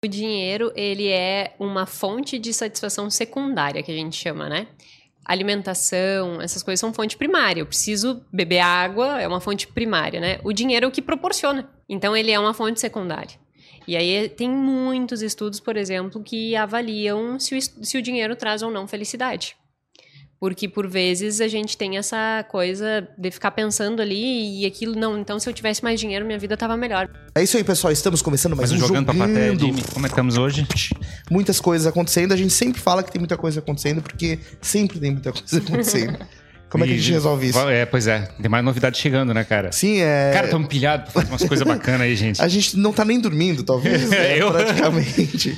O dinheiro, ele é uma fonte de satisfação secundária, que a gente chama, né? Alimentação, essas coisas são fonte primária. Eu preciso beber água, é uma fonte primária, né? O dinheiro é o que proporciona. Então, ele é uma fonte secundária. E aí, tem muitos estudos, por exemplo, que avaliam se o dinheiro traz ou não felicidade. Porque, por vezes, a gente tem essa coisa de ficar pensando ali e aquilo, não, então se eu tivesse mais dinheiro, minha vida tava melhor. É isso aí, pessoal, estamos começando mais um Jogando pra plateia, Jimmy, como é que estamos hoje? Muitas coisas acontecendo, a gente sempre fala que tem muita coisa acontecendo, porque sempre tem muita coisa acontecendo. Como é que a gente resolve isso? Pois é, tem mais novidade chegando, né, cara? Sim, é... Cara, estamos pilhados pra fazer umas coisas bacanas aí, gente. A gente não tá nem dormindo, talvez, praticamente.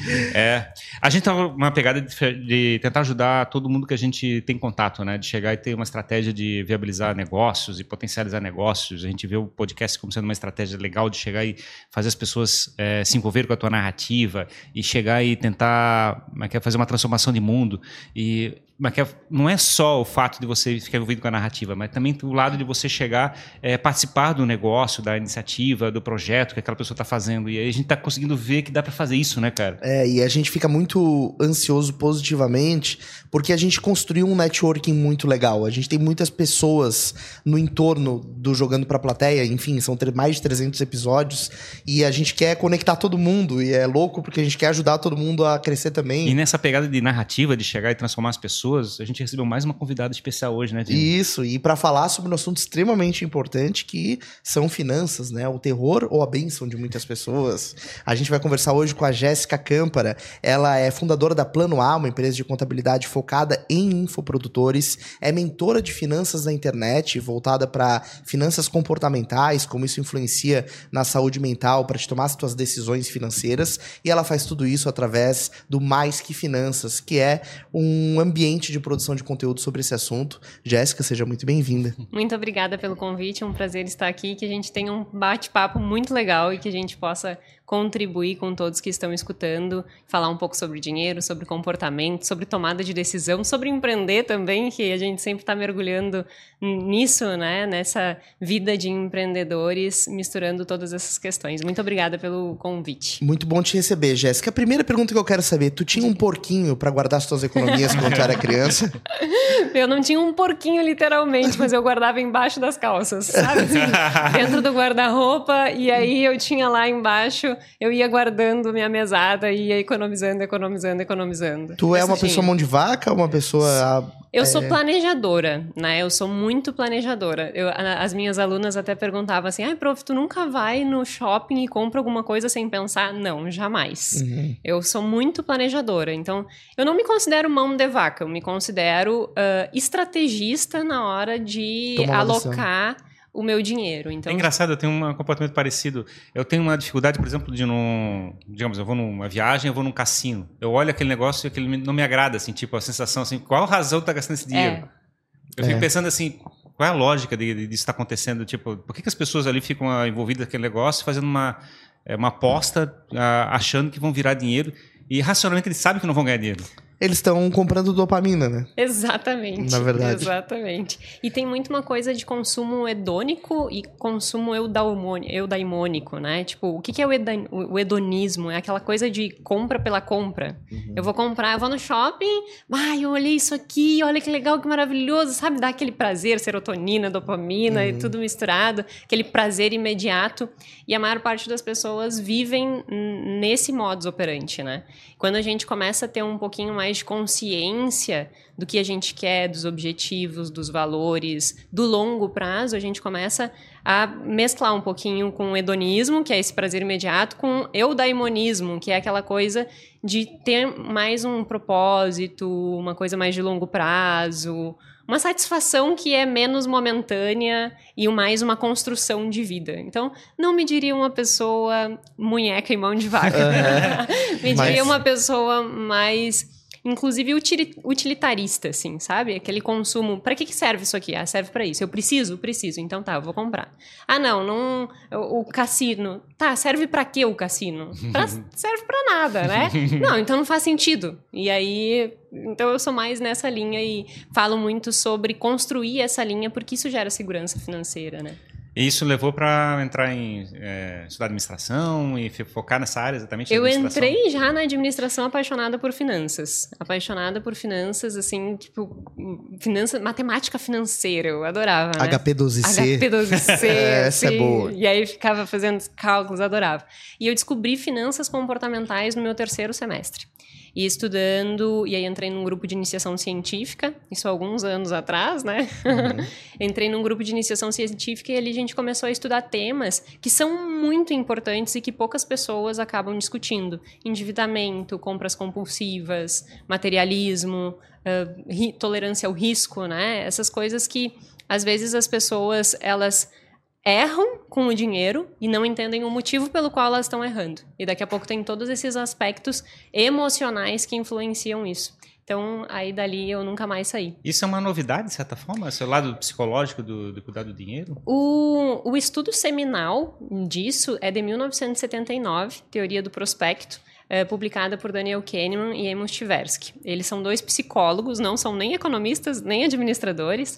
A gente tá numa pegada de tentar ajudar todo mundo que a gente tem contato, né? De chegar e ter uma estratégia de viabilizar negócios e potencializar negócios. A gente vê o podcast como sendo uma estratégia legal de chegar e fazer as pessoas se envolverem com a tua narrativa e chegar e tentar fazer uma transformação de mundo. E não é só o fato de você ficar envolvido com a narrativa, mas também o lado de você chegar, participar do negócio, da iniciativa, do projeto que aquela pessoa está fazendo. E aí a gente está conseguindo ver que dá para fazer isso, né, cara? E a gente fica muito ansioso positivamente, porque a gente construiu um networking muito legal. A gente tem muitas pessoas no entorno do Jogando Pra Plateia, enfim, são mais de 300 episódios, e a gente quer conectar todo mundo, e é louco porque a gente quer ajudar todo mundo a crescer também. E nessa pegada de narrativa, de chegar e transformar as pessoas, a gente recebeu mais uma convidada especial hoje, né, Jimmy? Isso, e para falar sobre um assunto extremamente importante que são finanças, né? O terror ou a bênção de muitas pessoas. A gente vai conversar hoje com a Jéssica Câmpara. Ela é fundadora da Plano A, uma empresa de contabilidade focada em infoprodutores. É mentora de finanças na internet, voltada para finanças comportamentais, como isso influencia na saúde mental, para te tomar as suas decisões financeiras. E ela faz tudo isso através do Mais Que Finanças, que é um ambiente de produção de conteúdo sobre esse assunto. Jéssica, seja muito bem-vinda. Muito obrigada pelo convite, é um prazer estar aqui, que a gente tenha um bate-papo muito legal e que a gente possa contribuir com todos que estão escutando, falar um pouco sobre dinheiro, sobre comportamento, sobre tomada de decisão, sobre empreender também, que a gente sempre está mergulhando nisso, né? Nessa vida de empreendedores, misturando todas essas questões. Muito obrigada pelo convite. Muito bom te receber, Jéssica. A primeira pergunta que eu quero saber, tu tinha um porquinho para guardar as tuas economias quando tu era criança? Eu não tinha um porquinho, literalmente, mas eu guardava embaixo das calças, sabe? Assim, dentro do guarda-roupa, e aí eu tinha lá embaixo, eu ia guardando minha mesada e ia economizando. Tu é uma pessoa mão de vaca ou uma pessoa... Eu sou planejadora, né? Eu sou muito planejadora. As minhas alunas até perguntavam assim, prof, tu nunca vai no shopping e compra alguma coisa sem pensar? Não, jamais. Uhum. Eu sou muito planejadora. Então, eu não me considero mão de vaca. Eu me considero estrategista na hora de alocar o meu dinheiro. Então... É engraçado, eu tenho um comportamento parecido. Eu tenho uma dificuldade, por exemplo, digamos, eu vou numa viagem, eu vou num cassino. Eu olho aquele negócio e aquele não me agrada, assim, tipo, a sensação, assim, qual razão tu tá gastando esse dinheiro? Eu fico pensando assim, qual é a lógica disso estar acontecendo? Tipo, por que as pessoas ali ficam envolvidas naquele negócio, fazendo uma aposta, achando que vão virar dinheiro, e racionalmente eles sabem que não vão ganhar dinheiro. Eles estão comprando dopamina, né? Exatamente. Na verdade. Exatamente. E tem muito uma coisa de consumo hedônico e consumo eudaimônico, né? Tipo, o que é o hedonismo? É aquela coisa de compra pela compra. Uhum. Eu vou no shopping, eu olhei isso aqui, olha que legal, que maravilhoso, sabe? Dá aquele prazer, serotonina, dopamina e tudo misturado, aquele prazer imediato. E a maior parte das pessoas vivem nesse modus operandi, né? Quando a gente começa a ter um pouquinho mais de consciência do que a gente quer, dos objetivos, dos valores, do longo prazo, a gente começa a mesclar um pouquinho com o hedonismo, que é esse prazer imediato, com eudaimonismo, que é aquela coisa de ter mais um propósito, uma coisa mais de longo prazo, uma satisfação que é menos momentânea e mais uma construção de vida. Então, não me diria uma pessoa munheca e mão de vaca. Me diria uma pessoa mais... inclusive utilitarista, assim, sabe? Aquele consumo, para que serve isso aqui? Serve para isso. Eu preciso? Preciso. Então tá, eu vou comprar. Não, o cassino. Tá, serve para quê o cassino? Serve para nada, né? Não, então não faz sentido. E aí, então eu sou mais nessa linha e falo muito sobre construir essa linha, porque isso gera segurança financeira, né? E isso levou para entrar em estudar administração e focar nessa área exatamente? Eu entrei já na administração apaixonada por finanças. Apaixonada por finanças, assim, tipo, matemática financeira, eu adorava, né? HP12C. HP12C. Essa é boa. E aí ficava fazendo cálculos, adorava. E eu descobri finanças comportamentais no meu 3º semestre. E estudando, e aí entrei num grupo de iniciação científica, isso há alguns anos atrás, né? Uhum. Entrei num grupo de iniciação científica e ali a gente começou a estudar temas que são muito importantes e que poucas pessoas acabam discutindo. Endividamento, compras compulsivas, materialismo, tolerância ao risco, né? Essas coisas que, às vezes, as pessoas, elas erram com o dinheiro e não entendem o motivo pelo qual elas estão errando. E daqui a pouco tem todos esses aspectos emocionais que influenciam isso. Então, aí dali eu nunca mais saí. Isso é uma novidade, de certa forma? Esse lado psicológico do cuidar do dinheiro? O estudo seminal disso é de 1979, Teoria do Prospecto, publicada por Daniel Kahneman e Amos Tversky. Eles são 2 psicólogos, não são nem economistas, nem administradores,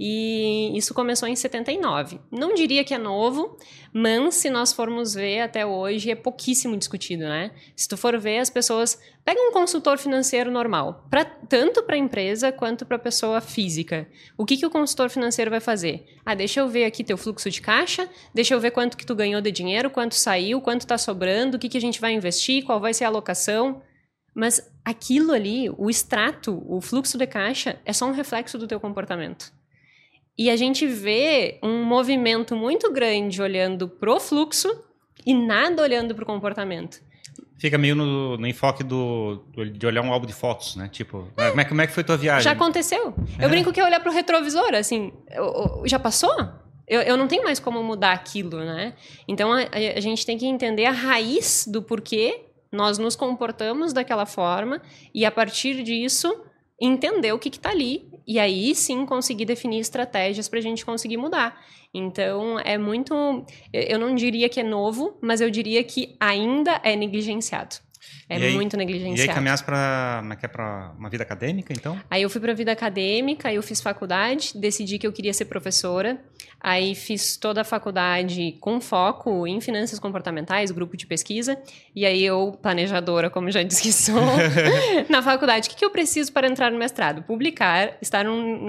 e isso começou em 79. Não diria que é novo, mas se nós formos ver até hoje, é pouquíssimo discutido, né? Se tu for ver, as pessoas pegam um consultor financeiro normal, tanto para a empresa quanto para a pessoa física. O que o consultor financeiro vai fazer? Deixa eu ver aqui teu fluxo de caixa, deixa eu ver quanto que tu ganhou de dinheiro, quanto saiu, quanto está sobrando, o que a gente vai investir, qual vai ser a alocação. Mas aquilo ali, o extrato, o fluxo de caixa, é só um reflexo do teu comportamento. E a gente vê um movimento muito grande olhando pro fluxo e nada olhando pro comportamento. Fica meio no enfoque de olhar um álbum de fotos, né? Tipo, como é que foi tua viagem? Já aconteceu. Eu brinco que é olhar pro retrovisor, assim, já passou? Eu não tenho mais como mudar aquilo, né? Então, a gente tem que entender a raiz do porquê nós nos comportamos daquela forma e, a partir disso, entender o que está ali e aí, sim, conseguir definir estratégias para a gente conseguir mudar. Então, é muito... Eu não diria que é novo, mas eu diria que ainda é negligenciado. Muito negligenciado. E aí caminhasse para uma vida acadêmica, então? Aí eu fui para a vida acadêmica, aí eu fiz faculdade, decidi que eu queria ser professora, aí fiz toda a faculdade com foco em finanças comportamentais, grupo de pesquisa, e aí eu, planejadora, como já disse que sou, na faculdade, o que eu preciso para entrar no mestrado? Publicar, estar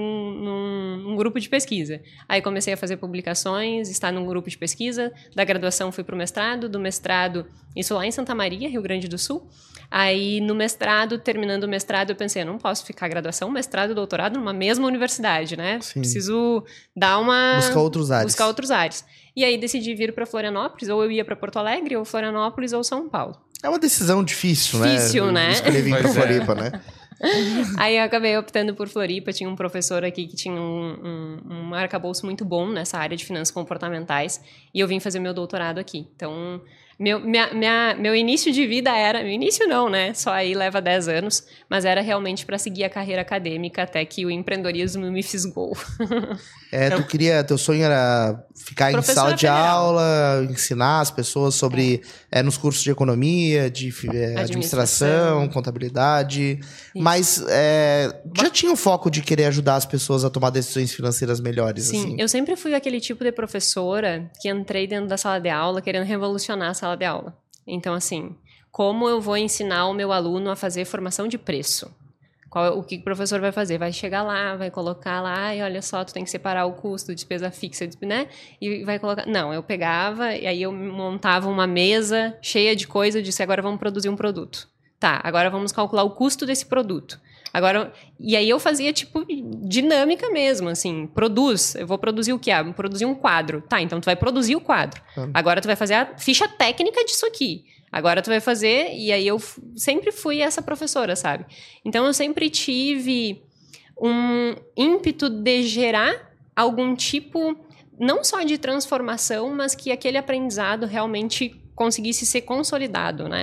num grupo de pesquisa. Aí comecei a fazer publicações, estar num grupo de pesquisa, da graduação fui para o mestrado, do mestrado, isso lá em Santa Maria, Rio Grande do Sul. Aí, no mestrado, terminando o mestrado, eu pensei, eu não posso ficar graduação, mestrado e doutorado numa mesma universidade, né? Sim. Preciso dar uma... Buscar outros ares. E aí, decidi vir para Florianópolis, ou eu ia para Porto Alegre, ou Florianópolis, ou São Paulo. É uma decisão difícil, né? Difícil, né? Escolher vir para Floripa, né? Aí eu acabei optando por Floripa, tinha um professor aqui que tinha um arcabouço muito bom nessa área de finanças comportamentais, e eu vim fazer meu doutorado aqui. Então... Meu início de vida era... Meu início não, né? Só aí leva 10 anos. Mas era realmente para seguir a carreira acadêmica até que o empreendedorismo me fisgou. Teu sonho era ficar em sala de aula, ensinar as pessoas sobre... nos cursos de economia, de administração, contabilidade. Isso. Mas já tinha o foco de querer ajudar as pessoas a tomar decisões financeiras melhores. Sim, assim. Eu sempre fui aquele tipo de professora que entrei dentro da sala de aula querendo revolucionar a sala de aula. Então, assim, como eu vou ensinar o meu aluno a fazer formação de preço? O que o professor vai fazer? Vai chegar lá, vai colocar lá e olha só, tu tem que separar o custo, despesa fixa, né? E vai colocar... Não, eu pegava e aí eu montava uma mesa cheia de coisa e disse, agora vamos produzir um produto. Tá, agora vamos calcular o custo desse produto. E aí eu fazia, tipo, dinâmica mesmo, assim, eu vou produzir o quê? Vou produzir um quadro. Tá, então tu vai produzir o quadro. Agora tu vai fazer a ficha técnica disso aqui. Agora tu vai fazer... E aí eu sempre fui essa professora, sabe? Então eu sempre tive um ímpeto de gerar algum tipo, não só de transformação, mas que aquele aprendizado realmente conseguisse ser consolidado, né?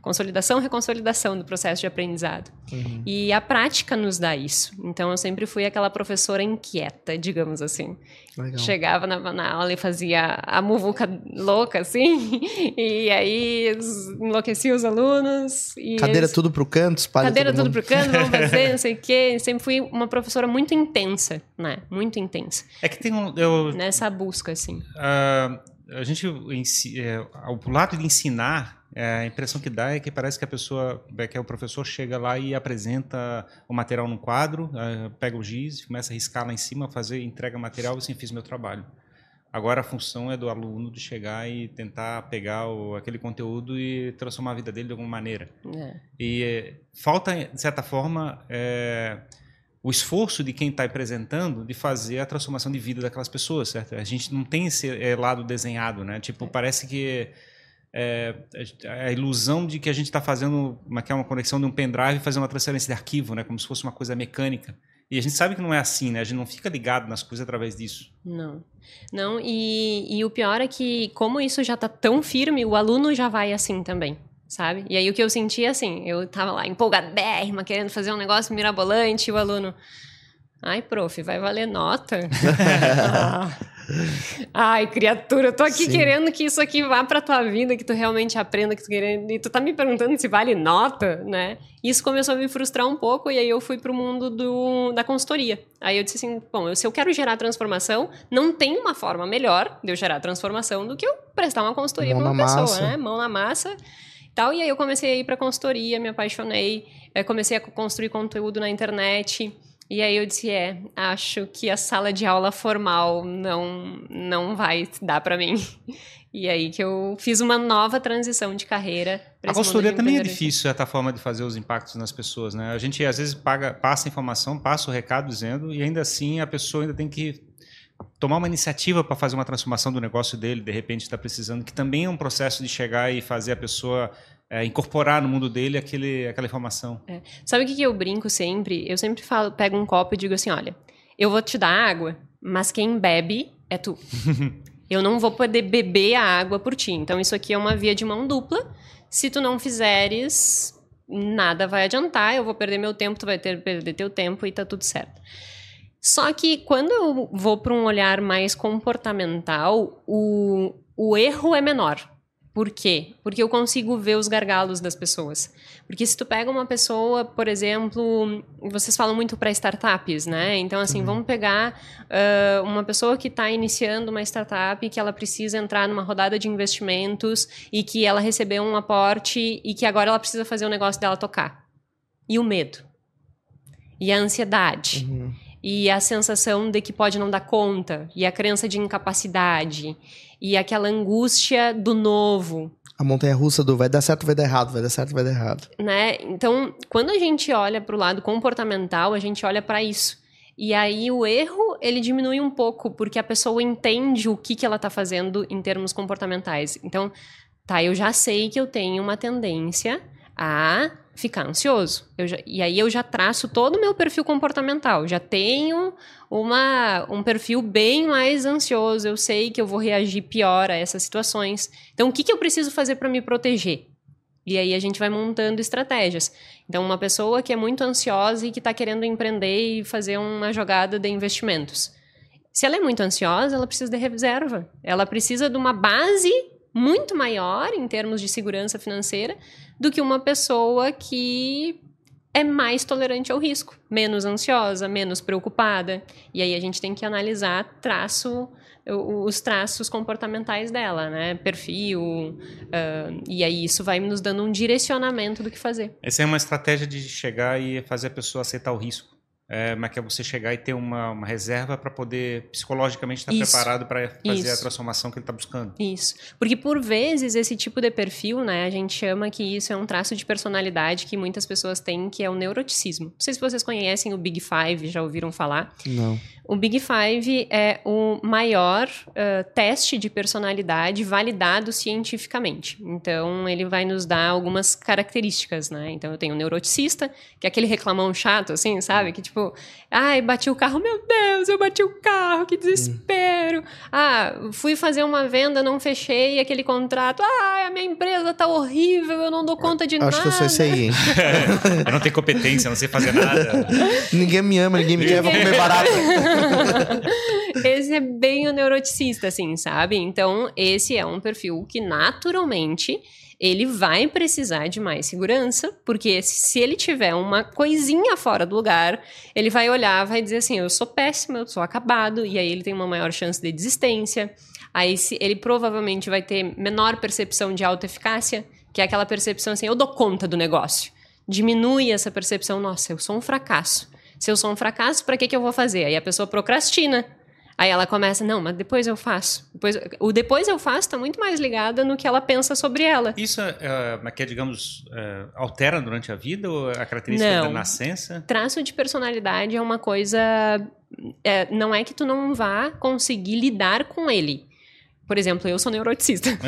consolidação, reconsolidação do processo de aprendizado. E a prática nos dá isso. Então, eu sempre fui aquela professora inquieta, digamos assim. Legal. Chegava na aula e fazia a muvuca louca, assim, e aí enlouquecia os alunos. E Cadeira tudo pro canto, espalha cadeira todo tudo mundo. pro canto, vamos fazer, não sei o quê. Sempre fui uma professora muito intensa, né? Muito intensa. É que tem Nessa busca, assim. A gente, o lado de ensinar, a impressão que dá é que parece que que o professor chega lá e apresenta o material num quadro, pega o giz, começa a riscar lá em cima, entrega o material e assim, fiz meu trabalho. Agora a função é do aluno de chegar e tentar pegar aquele conteúdo e transformar a vida dele de alguma maneira. E falta, de certa forma, o esforço de quem está apresentando de fazer a transformação de vida daquelas pessoas, certo? A gente não tem esse lado desenhado, né? Tipo, parece que a ilusão de que a gente está fazendo uma conexão de um pendrive e fazer uma transferência de arquivo, né? Como se fosse uma coisa mecânica. E a gente sabe que não é assim, né? A gente não fica ligado nas coisas através disso. Não, e o pior é que, como isso já está tão firme, o aluno já vai assim também. Sabe? E aí o que eu sentia, assim, eu tava lá empolgadérrima, querendo fazer um negócio mirabolante, e o aluno... Ai, prof, vai valer nota? Ai, criatura, eu tô aqui querendo que isso aqui vá pra tua vida, que tu realmente aprenda, que tu querendo, e tu tá me perguntando se vale nota, né? Isso começou a me frustrar um pouco, e aí eu fui pro mundo da consultoria. Aí eu disse assim, bom, se eu quero gerar transformação, não tem uma forma melhor de eu gerar transformação do que eu prestar uma consultoria pra uma pessoa, né? Mão na massa... E aí eu comecei a ir para consultoria, me apaixonei, comecei a construir conteúdo na internet, e aí eu disse, acho que a sala de aula formal não vai dar para mim. E aí que eu fiz uma nova transição de carreira. A consultoria também é difícil, essa forma de fazer os impactos nas pessoas, né? A gente, às vezes, passa informação, passa o recado dizendo, e ainda assim a pessoa ainda tem que tomar uma iniciativa para fazer uma transformação do negócio dele, de repente está precisando, que também é um processo de chegar e fazer a pessoa incorporar no mundo dele aquela informação. Sabe o que eu brinco sempre? Eu sempre pego um copo e digo assim, olha, eu vou te dar água, mas quem bebe é tu. Eu não vou poder beber a água por ti. Então isso aqui é uma via de mão dupla. Se tu não fizeres, nada vai adiantar, eu vou perder meu tempo, tu vai perder teu tempo e tá tudo certo. Só que quando eu vou para um olhar mais comportamental, o erro é menor. Por quê? Porque eu consigo ver os gargalos das pessoas. Porque se tu pega uma pessoa, por exemplo, vocês falam muito para startups, né? Então, assim, vamos pegar uma pessoa que está iniciando uma startup, que ela precisa entrar numa rodada de investimentos e que ela recebeu um aporte e que agora ela precisa fazer o negócio dela tocar. E o medo. E a ansiedade. E a sensação de que pode não dar conta, e a crença de incapacidade, e aquela angústia do novo. A montanha-russa do vai dar certo, vai dar errado, vai dar certo, vai dar errado. Né? Então, quando a gente olha para o lado comportamental, a gente olha para isso. E aí o erro, ele diminui um pouco, porque a pessoa entende o que ela está fazendo em termos comportamentais. Então, eu já sei que eu tenho uma tendência a ficar ansioso. E aí eu já traço todo o meu perfil comportamental. Já tenho um perfil bem mais ansioso. Eu sei que eu vou reagir pior a essas situações. Então, o que eu preciso fazer para me proteger? E aí a gente vai montando estratégias. Então, uma pessoa que é muito ansiosa e que está querendo empreender e fazer uma jogada de investimentos. Se ela é muito ansiosa, ela precisa de reserva. Ela precisa de uma base muito maior em termos de segurança financeira do que uma pessoa que é mais tolerante ao risco, menos ansiosa, menos preocupada. E aí a gente tem que analisar os traços comportamentais dela, né? Perfil, e aí isso vai nos dando um direcionamento do que fazer. Essa é uma estratégia de chegar e fazer a pessoa aceitar o risco. Mas que é você chegar e ter uma reserva para poder psicologicamente estar preparado para fazer a transformação que ele está buscando. Isso. Porque, por vezes, esse tipo de perfil, né, a gente chama que isso é um traço de personalidade que muitas pessoas têm, que é o neuroticismo. Não sei se vocês conhecem o Big Five, já ouviram falar? Não. O Big Five é o maior teste de personalidade validado cientificamente. Então, ele vai nos dar algumas características, né? Então, eu tenho o neuroticista, que é aquele reclamão chato, assim, sabe? Que, tipo, Tipo, ai, bati o carro, meu Deus, eu bati o carro, que desespero. Fui fazer uma venda, não fechei aquele contrato. A minha empresa tá horrível, eu não dou conta de nada. Acho que eu sou esse aí, hein? Eu não tenho competência, não sei fazer nada. Ninguém me ama, ninguém me quer, vou comer barato. Esse é bem o neuroticista, assim, sabe? Então, esse é um perfil que naturalmente ele vai precisar de mais segurança, porque se ele tiver uma coisinha fora do lugar, ele vai olhar, vai dizer assim, eu sou péssimo, eu sou acabado, e aí ele tem uma maior chance de desistência. Aí ele provavelmente vai ter menor percepção de autoeficácia, que é aquela percepção assim, eu dou conta do negócio. Diminui essa percepção, nossa, eu sou um fracasso. Se eu sou um fracasso, para que eu vou fazer? Aí a pessoa procrastina. Aí ela começa, não, mas depois eu faço. O depois eu faço está muito mais ligada no que ela pensa sobre ela. Isso digamos, altera durante a vida ou a característica da nascença? Traço de personalidade é uma coisa... não é que tu não vá conseguir lidar com ele. Por exemplo, eu sou neuroticista.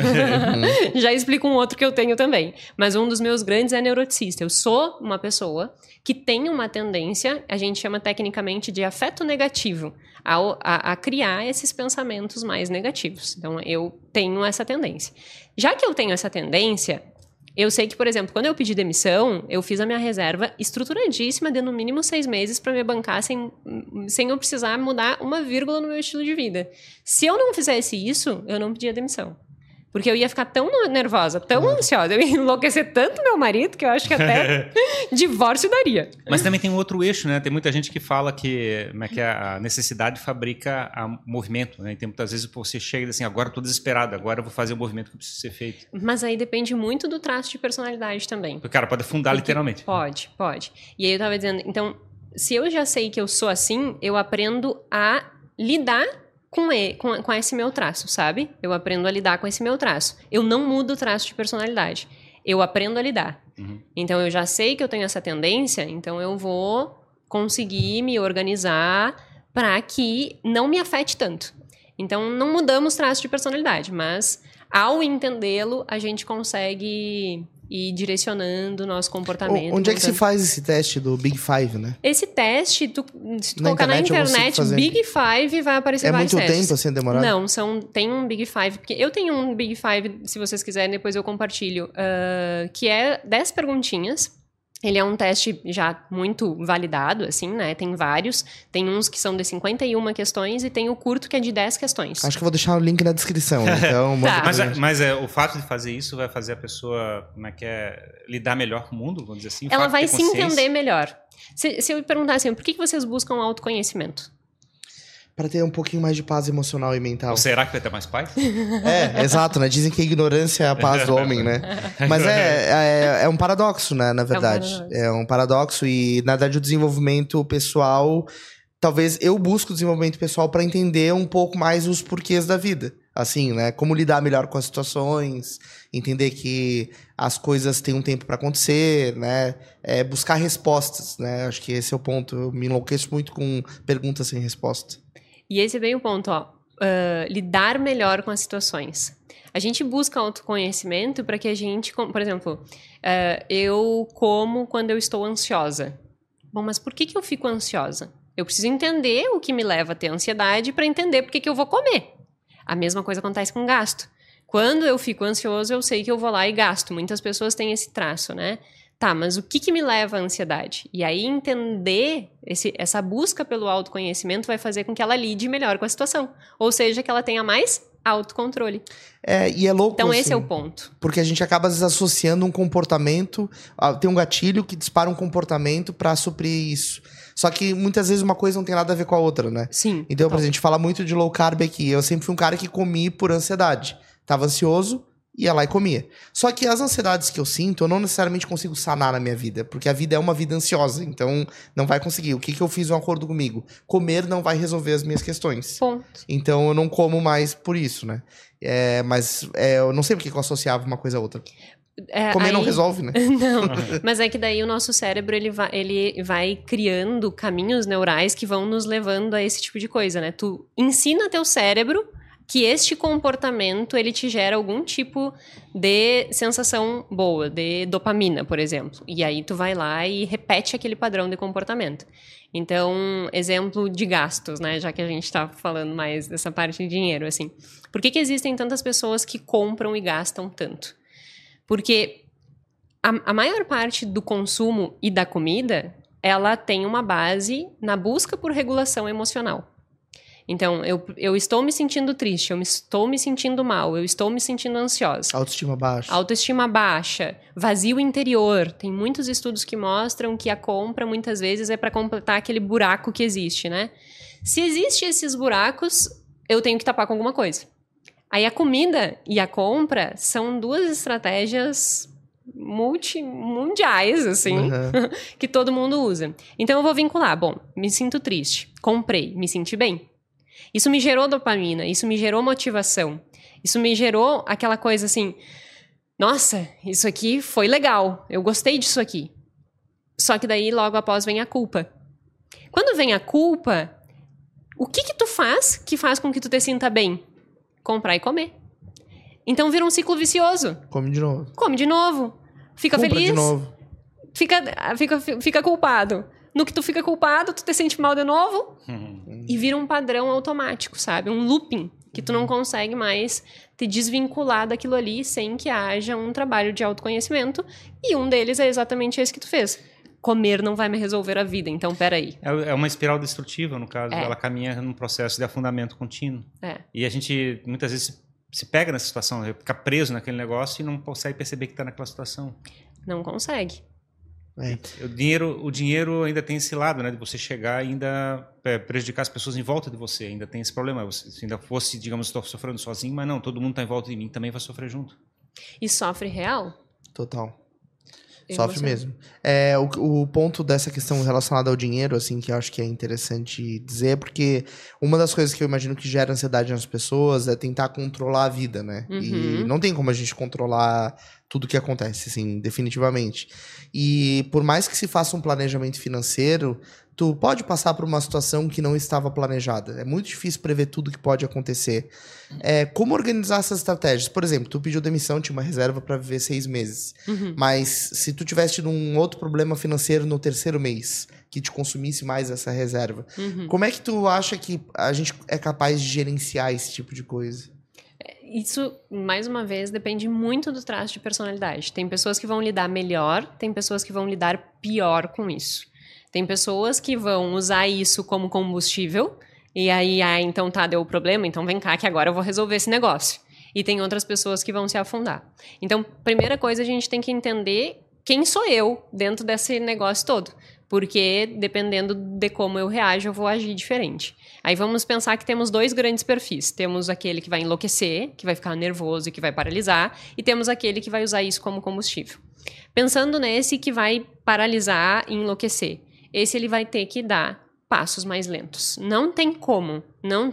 Já explico um outro que eu tenho também. Mas um dos meus grandes é neuroticista. Eu sou uma pessoa que tem uma tendência, a gente chama tecnicamente de afeto negativo, a criar esses pensamentos mais negativos. Então, eu tenho essa tendência. Já que eu tenho essa tendência, eu sei que, por exemplo, quando eu pedi demissão, eu fiz a minha reserva estruturadíssima de no mínimo 6 meses para me bancar sem eu precisar mudar uma vírgula no meu estilo de vida. Se eu não fizesse isso, eu não pedia demissão. Porque eu ia ficar tão nervosa, tão ansiosa, eu ia enlouquecer tanto meu marido que eu acho que até divórcio daria. Mas também tem um outro eixo, né? Tem muita gente que fala que a necessidade fabrica movimento, né? E tem muitas vezes você chega e diz assim, agora eu tô desesperado, agora eu vou fazer o movimento que precisa ser feito. Mas aí depende muito do traço de personalidade também. O cara pode afundar literalmente. Pode. E aí eu tava dizendo, então, se eu já sei que eu sou assim, eu aprendo a lidar com esse meu traço, sabe? Eu aprendo a lidar com esse meu traço. Eu não mudo o traço de personalidade. Eu aprendo a lidar. Então, eu já sei que eu tenho essa tendência, então eu vou conseguir me organizar para que não me afete tanto. Então, não mudamos traço de personalidade, mas ao entendê-lo, a gente consegue ir direcionando o nosso comportamento. Onde é que se faz esse teste do Big Five, né? Esse teste, se tu colocar na internet Big Five, vai aparecer vários testes. É muito tempo assim demorado? Não, tem um Big Five, porque eu tenho um Big Five, se vocês quiserem, depois eu compartilho, que é 10 perguntinhas. Ele é um teste já muito validado, assim, né? Tem vários. Tem uns que são de 51 questões e tem o curto que é de 10 questões. Acho que eu vou deixar o link na descrição. Então, tá. Mas o fato de fazer isso vai fazer a pessoa, lidar melhor com o mundo, vamos dizer assim? Ela vai se entender melhor. Se eu perguntar assim, por que vocês buscam autoconhecimento? Para ter um pouquinho mais de paz emocional e mental. Ou será que vai ter mais paz? Exato, né? Dizem que a ignorância é a paz do homem, né? Mas é um paradoxo, né? Na verdade. É um paradoxo e, na verdade, o desenvolvimento pessoal... Talvez eu busque o desenvolvimento pessoal para entender um pouco mais os porquês da vida. Assim, né? Como lidar melhor com as situações, entender que as coisas têm um tempo para acontecer, né? Buscar respostas, né? Acho que esse é o ponto. Eu me enlouqueço muito com perguntas sem resposta. E esse é bem o ponto, ó. Lidar melhor com as situações. A gente busca autoconhecimento para que a gente... Por exemplo, eu como quando eu estou ansiosa. Bom, mas por que eu fico ansiosa? Eu preciso entender o que me leva a ter ansiedade para entender por que eu vou comer. A mesma coisa acontece com gasto. Quando eu fico ansioso, eu sei que eu vou lá e gasto. Muitas pessoas têm esse traço, né? Tá, mas o que me leva à ansiedade? E aí entender, essa busca pelo autoconhecimento vai fazer com que ela lide melhor com a situação. Ou seja, que ela tenha mais autocontrole. E é louco. Então assim, esse é o ponto. Porque a gente acaba desassociando um comportamento, tem um gatilho que dispara um comportamento para suprir isso. Só que muitas vezes uma coisa não tem nada a ver com a outra, né? Sim. Então, por exemplo, a gente fala muito de low carb aqui. Eu sempre fui um cara que comi por ansiedade. Tava ansioso, ia lá e comia. Só que as ansiedades que eu sinto, eu não necessariamente consigo sanar na minha vida. Porque a vida é uma vida ansiosa. Então, não vai conseguir. O que eu fiz um acordo comigo? Comer não vai resolver as minhas questões. Ponto. Então, eu não como mais por isso, né? Mas eu não sei porque eu associava uma coisa a outra. Comer não resolve, né? Não, mas é que daí o nosso cérebro ele vai criando caminhos neurais que vão nos levando a esse tipo de coisa, né? Tu ensina teu cérebro que este comportamento ele te gera algum tipo de sensação boa, de dopamina, por exemplo. E aí tu vai lá e repete aquele padrão de comportamento. Então, exemplo de gastos, né? Já que a gente está falando mais dessa parte de dinheiro, assim. Por que existem tantas pessoas que compram e gastam tanto? Porque a maior parte do consumo e da comida, ela tem uma base na busca por regulação emocional. Então, eu estou me sentindo triste, eu estou me sentindo mal, eu estou me sentindo ansiosa. Autoestima baixa. Autoestima baixa, vazio interior. Tem muitos estudos que mostram que a compra, muitas vezes, é para completar aquele buraco que existe, né? Se existem esses buracos, eu tenho que tapar com alguma coisa. Aí a comida e a compra são duas estratégias mundiais, assim, que todo mundo usa. Então eu vou vincular. Bom, me sinto triste, comprei, me senti bem. Isso me gerou dopamina, isso me gerou motivação, isso me gerou aquela coisa assim, nossa, isso aqui foi legal, eu gostei disso aqui. Só que daí logo após vem a culpa. Quando vem a culpa, o que tu faz que faz com que tu te sinta bem? Comprar e comer. Então vira um ciclo vicioso. Come de novo. Come de novo. Fica Compra feliz. de novo. Fica culpado. No que tu fica culpado, tu te sente mal de novo e vira um padrão automático, sabe? Um looping que tu não consegue mais te desvincular daquilo ali sem que haja um trabalho de autoconhecimento. E um deles é exatamente esse que tu fez. Comer não vai me resolver a vida, então peraí. É uma espiral destrutiva, no caso. Ela caminha num processo de afundamento contínuo. E a gente, muitas vezes, se pega nessa situação, fica preso naquele negócio e não consegue perceber que está naquela situação. Não consegue. O dinheiro ainda tem esse lado, né? De você chegar e ainda prejudicar as pessoas em volta de você. Ainda tem esse problema. Se ainda fosse, digamos, estou sofrendo sozinho, mas não, todo mundo está em volta de mim também vai sofrer junto. E sofre real? Total. Sofre mesmo. O ponto dessa questão relacionada ao dinheiro, assim, que eu acho que é interessante dizer, porque uma das coisas que eu imagino que gera ansiedade nas pessoas é tentar controlar a vida, né? E não tem como a gente controlar tudo que acontece, assim, definitivamente. E por mais que se faça um planejamento financeiro, tu pode passar por uma situação que não estava planejada. É muito difícil prever tudo que pode acontecer. Como organizar essas estratégias? Por exemplo, tu pediu demissão, tinha uma reserva para viver 6 meses. Mas se tu tivesse tido um outro problema financeiro no 3º mês, que te consumisse mais essa reserva, como é que tu acha que a gente é capaz de gerenciar esse tipo de coisa? Isso, mais uma vez, depende muito do traço de personalidade. Tem pessoas que vão lidar melhor, tem pessoas que vão lidar pior com isso. Tem pessoas que vão usar isso como combustível, e aí, então tá, deu o problema, então vem cá que agora eu vou resolver esse negócio. E tem outras pessoas que vão se afundar. Então, primeira coisa, a gente tem que entender quem sou eu dentro desse negócio todo. Porque, dependendo de como eu reajo, eu vou agir diferente. Aí vamos pensar que temos 2 grandes perfis. Temos aquele que vai enlouquecer, que vai ficar nervoso e que vai paralisar. E temos aquele que vai usar isso como combustível. Pensando nesse que vai paralisar e enlouquecer. Esse ele vai ter que dar passos mais lentos. Não tem como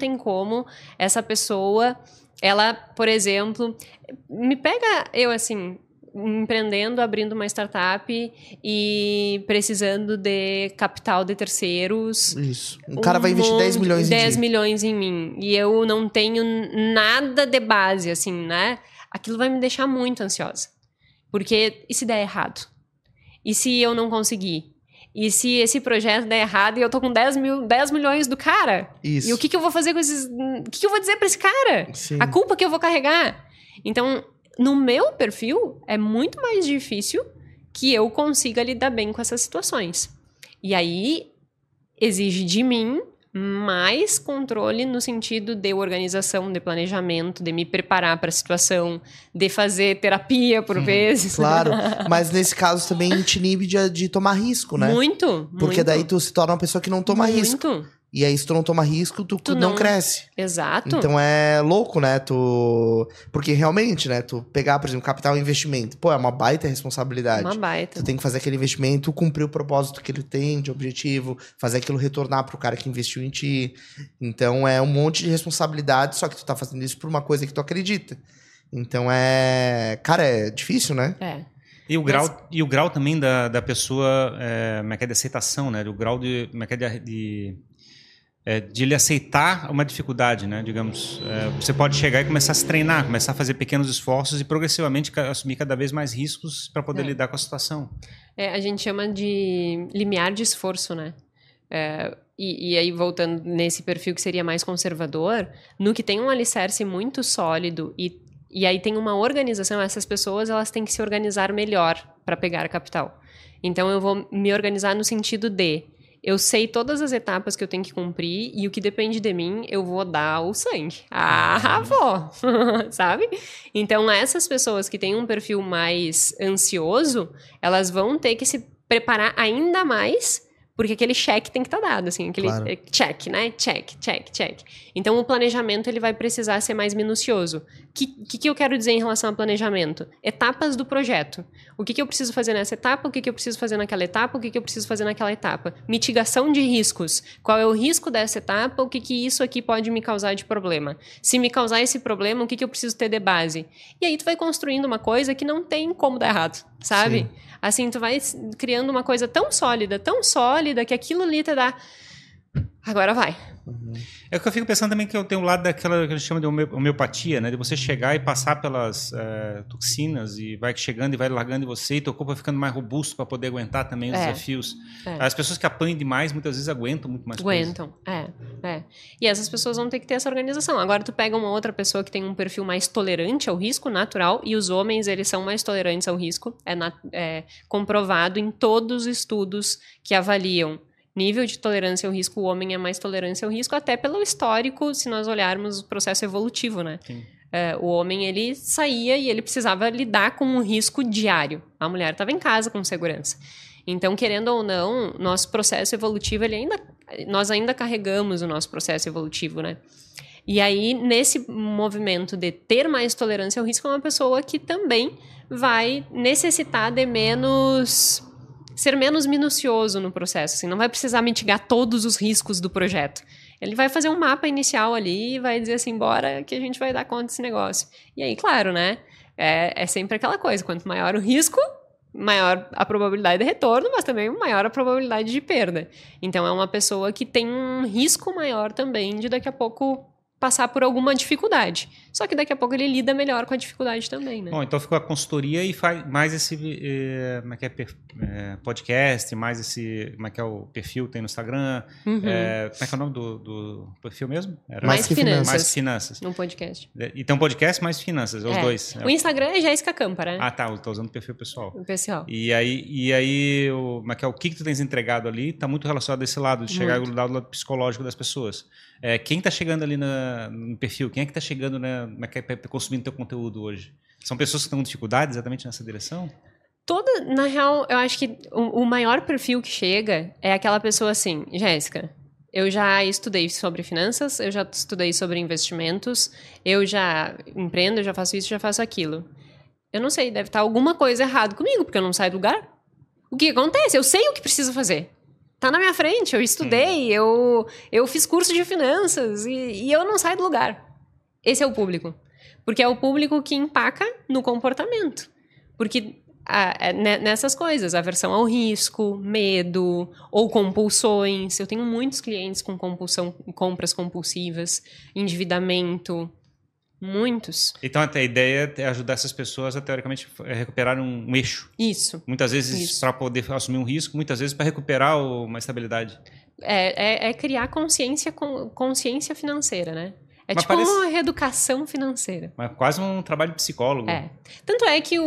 essa pessoa, ela, por exemplo, me pega eu assim, empreendendo, abrindo uma startup e precisando de capital de terceiros. Isso. Um cara vai investir 10 milhões em 10 milhões em mim. E eu não tenho nada de base, assim, né? Aquilo vai me deixar muito ansiosa. Porque e se der errado? E se eu não conseguir? E se esse projeto der errado e eu tô com 10 milhões do cara? Isso. E o que eu vou fazer com esses... O que eu vou dizer pra esse cara? Sim. A culpa que eu vou carregar? Então, no meu perfil, é muito mais difícil que eu consiga lidar bem com essas situações. E aí, exige de mim mais controle no sentido de organização, de planejamento, de me preparar para a situação, de fazer terapia por vezes. Claro, mas nesse caso também te inibe de tomar risco, né? Muito. Porque daí tu se torna uma pessoa que não toma risco. Muito. E aí, se tu não toma risco, tu não cresce. Exato. Então é louco, né? Porque realmente, né? Tu pegar, por exemplo, capital e investimento. Pô, é uma baita responsabilidade. Uma baita. Tu tem que fazer aquele investimento, cumprir o propósito que ele tem de objetivo, fazer aquilo retornar pro cara que investiu em ti. Então é um monte de responsabilidade, só que tu tá fazendo isso por uma coisa que tu acredita. Então Cara, é difícil, né? E o grau também da pessoa, como é que é, de aceitação, né? O grau de de ele aceitar uma dificuldade, né? Digamos, você pode chegar e começar a se treinar, começar a fazer pequenos esforços e progressivamente assumir cada vez mais riscos para poder lidar com a situação. A gente chama de limiar de esforço, né? E aí, voltando nesse perfil que seria mais conservador, no que tem um alicerce muito sólido e aí tem uma organização, essas pessoas elas têm que se organizar melhor para pegar capital. Então, eu vou me organizar no sentido de eu sei todas as etapas que eu tenho que cumprir e o que depende de mim, eu vou dar o sangue. Vou! Sabe? Então, essas pessoas que têm um perfil mais ansioso, elas vão ter que se preparar ainda mais, porque aquele cheque tem que estar dado, assim, aquele check, né? Check. Então, o planejamento, ele vai precisar ser mais minucioso. O que eu quero dizer em relação ao planejamento? Etapas do projeto. O que eu preciso fazer nessa etapa? O que eu preciso fazer naquela etapa? O que eu preciso fazer naquela etapa? Mitigação de riscos. Qual é o risco dessa etapa? O que isso aqui pode me causar de problema? Se me causar esse problema, o que eu preciso ter de base? E aí, tu vai construindo uma coisa que não tem como dar errado, sabe? Sim. Assim, tu vai criando uma coisa tão sólida, que aquilo ali te dá... Agora vai. É o que eu fico pensando também, que eu tenho um lado daquela que a gente chama de homeopatia, né? De você chegar e passar pelas toxinas e vai chegando e vai largando em você e teu corpo vai ficando mais robusto para poder aguentar também os desafios. As pessoas que apanham demais, muitas vezes aguentam muito mais coisas. E essas pessoas vão ter que ter essa organização. Agora tu pega uma outra pessoa que tem um perfil mais tolerante ao risco natural, e os homens, eles são mais tolerantes ao risco. É comprovado em todos os estudos que avaliam nível de tolerância ao risco, o homem é mais tolerante ao risco, até pelo histórico, se nós olharmos o processo evolutivo, né? O homem, ele saía e ele precisava lidar com um risco diário. A mulher estava em casa com segurança. Então, querendo ou não, nosso processo evolutivo, nós ainda carregamos o nosso processo evolutivo, né? E aí, nesse movimento de ter mais tolerância ao risco, é uma pessoa que também vai necessitar de ser menos minucioso no processo, assim, não vai precisar mitigar todos os riscos do projeto. Ele vai fazer um mapa inicial ali e vai dizer assim, bora que a gente vai dar conta desse negócio. E aí, claro, né, é sempre aquela coisa, quanto maior o risco, maior a probabilidade de retorno, mas também maior a probabilidade de perda. Então, é uma pessoa que tem um risco maior também de daqui a pouco passar por alguma dificuldade. Só que daqui a pouco ele lida melhor com a dificuldade também, né? Bom, então ficou a consultoria e faz mais esse podcast, mais esse, como é que é o perfil que tem no Instagram. Como é que é o nome do perfil mesmo? Mais Finanças. Mais Finanças. No podcast. E tem um podcast Mais Finanças, os dois. O Instagram é Jéssica Câmpara, né? Eu tô usando o perfil pessoal. O pessoal. E aí o que tu tens entregado ali tá muito relacionado a esse lado, de chegar do lado psicológico das pessoas. Quem tá chegando ali no perfil? Quem é que tá chegando consumindo teu conteúdo hoje? São pessoas que estão com dificuldade exatamente nessa direção? Na real, eu acho que o maior perfil que chega é aquela pessoa assim, Jéssica, eu já estudei sobre finanças, eu já estudei sobre investimentos, eu já empreendo, eu já faço isso, já faço aquilo. Eu não sei, deve estar alguma coisa errada comigo, porque eu não saio do lugar. O que acontece? Eu sei o que preciso fazer. Tá na minha frente, eu estudei, eu fiz curso de finanças e eu não saio do lugar. Esse é o público. Porque é o público que empaca no comportamento. Porque nessas coisas, aversão ao risco, medo ou compulsões. Eu tenho muitos clientes com compras compulsivas, endividamento, muitos. Então a ideia é ajudar essas pessoas a, teoricamente, recuperar um eixo. Isso. Muitas vezes para poder assumir um risco, muitas vezes para recuperar uma estabilidade. É criar consciência financeira, né? Uma reeducação financeira. Mas quase um trabalho de psicólogo. Tanto é que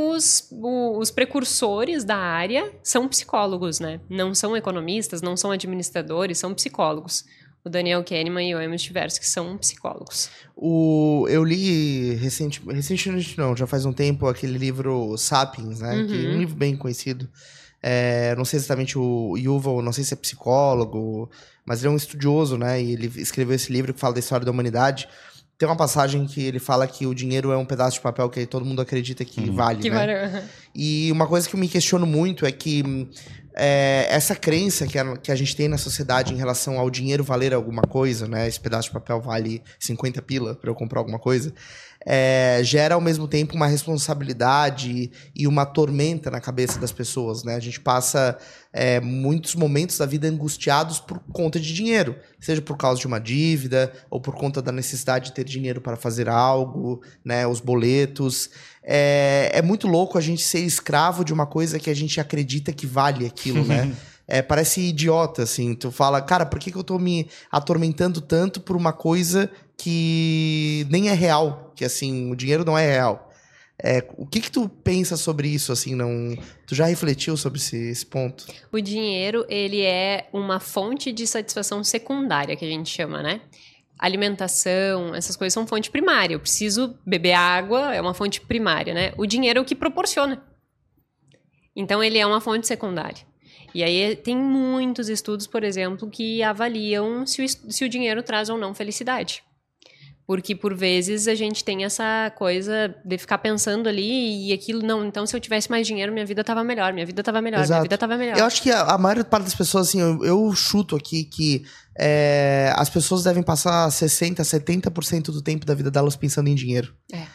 os precursores da área são psicólogos, né? Não são economistas, não são administradores, são psicólogos. O Daniel Kahneman e o Amos Tversky são psicólogos. Eu li recentemente não, já faz um tempo, aquele livro Sapiens, né? Que é um livro bem conhecido. Não sei exatamente o Yuval, não sei se é psicólogo, mas ele é um estudioso, né? E ele escreveu esse livro que fala da história da humanidade. Tem uma passagem que ele fala que o dinheiro é um pedaço de papel que todo mundo acredita que vale, né? E uma coisa que eu me questiono muito é que essa crença que a gente tem na sociedade em relação ao dinheiro valer alguma coisa, né? Esse pedaço de papel vale 50 pila para eu comprar alguma coisa. gera ao mesmo tempo uma responsabilidade e uma tormenta na cabeça das pessoas, né? A gente passa muitos momentos da vida angustiados por conta de dinheiro, seja por causa de uma dívida ou por conta da necessidade de ter dinheiro para fazer algo, né? Os boletos. É muito louco a gente ser escravo de uma coisa que a gente acredita que vale aquilo, né? Parece idiota, assim. Tu fala, cara, por que eu tô me atormentando tanto por uma coisa que nem é real? Que, assim, o dinheiro não é real. O que tu pensa sobre isso, assim? Tu já refletiu sobre esse ponto? O dinheiro, ele é uma fonte de satisfação secundária, que a gente chama, né? Alimentação, essas coisas são fonte primária. Eu preciso beber água, é uma fonte primária, né? O dinheiro é o que proporciona. Então, ele é uma fonte secundária. E aí tem muitos estudos, por exemplo, que avaliam se o dinheiro traz ou não felicidade. Porque, por vezes, a gente tem essa coisa de ficar pensando ali e aquilo, não, então se eu tivesse mais dinheiro, minha vida tava melhor, minha vida tava melhor, Exato. minha vida tava melhor. Eu acho que a maior parte das pessoas, assim, eu chuto aqui que as pessoas devem passar 60%, 70% do tempo da vida delas pensando em dinheiro.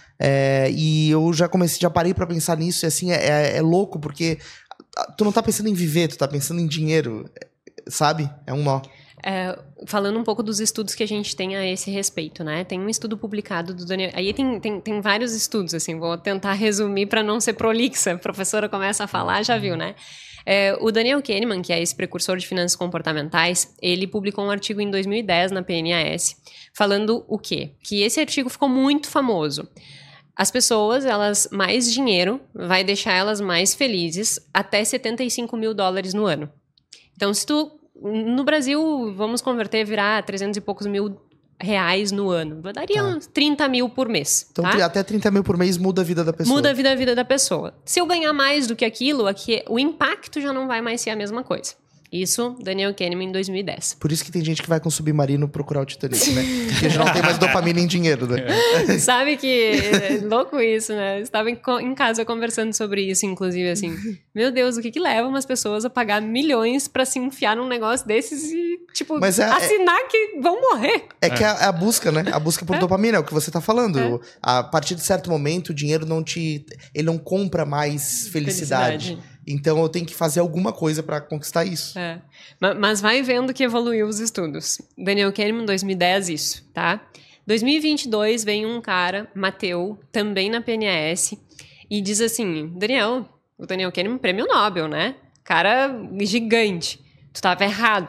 E eu já parei pra pensar nisso e, assim, é louco, porque tu não tá pensando em viver, tu tá pensando em dinheiro, sabe? É um nó. Falando um pouco dos estudos que a gente tem a esse respeito, né? Tem um estudo publicado do Daniel... Aí tem vários estudos, assim, vou tentar resumir para não ser prolixa. A professora começa a falar, já viu, né? O Daniel Kahneman, que é esse precursor de finanças comportamentais, ele publicou um artigo em 2010 na PNAS, falando o quê? Que esse artigo ficou muito famoso. As pessoas, mais dinheiro vai deixar elas mais felizes até $75 mil no ano. Então, se tu... No Brasil, vamos converter, virar 300 e poucos mil reais no ano. Daria uns 30 mil por mês. Então, tá? até 30 mil por mês muda a vida da pessoa. Muda a vida da pessoa. Se eu ganhar mais do que aquilo, aqui, o impacto já não vai mais ser a mesma coisa. Isso, Daniel Kahneman, em 2010. Por isso que tem gente que vai com submarino procurar o Titanic, né? Porque já não tem mais dopamina em dinheiro, né? Sabe que é louco isso, né? Eu estava em casa conversando sobre isso, inclusive, assim. Meu Deus, o que leva umas pessoas a pagar milhões pra se enfiar num negócio desses e, tipo, assinar que vão morrer? Que é a busca, né? A busca por dopamina, é o que você tá falando. A partir de certo momento, o dinheiro ele não compra mais felicidade. Então eu tenho que fazer alguma coisa para conquistar isso. Mas vai vendo que evoluiu os estudos. Daniel Kahneman, 2010, isso, tá? 2022 vem um cara, Mateu, também na PNAS, e diz assim, o Daniel Kahneman, prêmio Nobel, né? Cara gigante. Tu tava errado.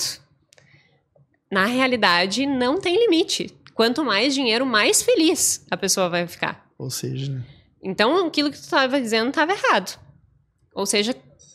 Na realidade, não tem limite. Quanto mais dinheiro, mais feliz a pessoa vai ficar. Ou seja, né? Então, aquilo que tu tava dizendo tava errado. Ou seja,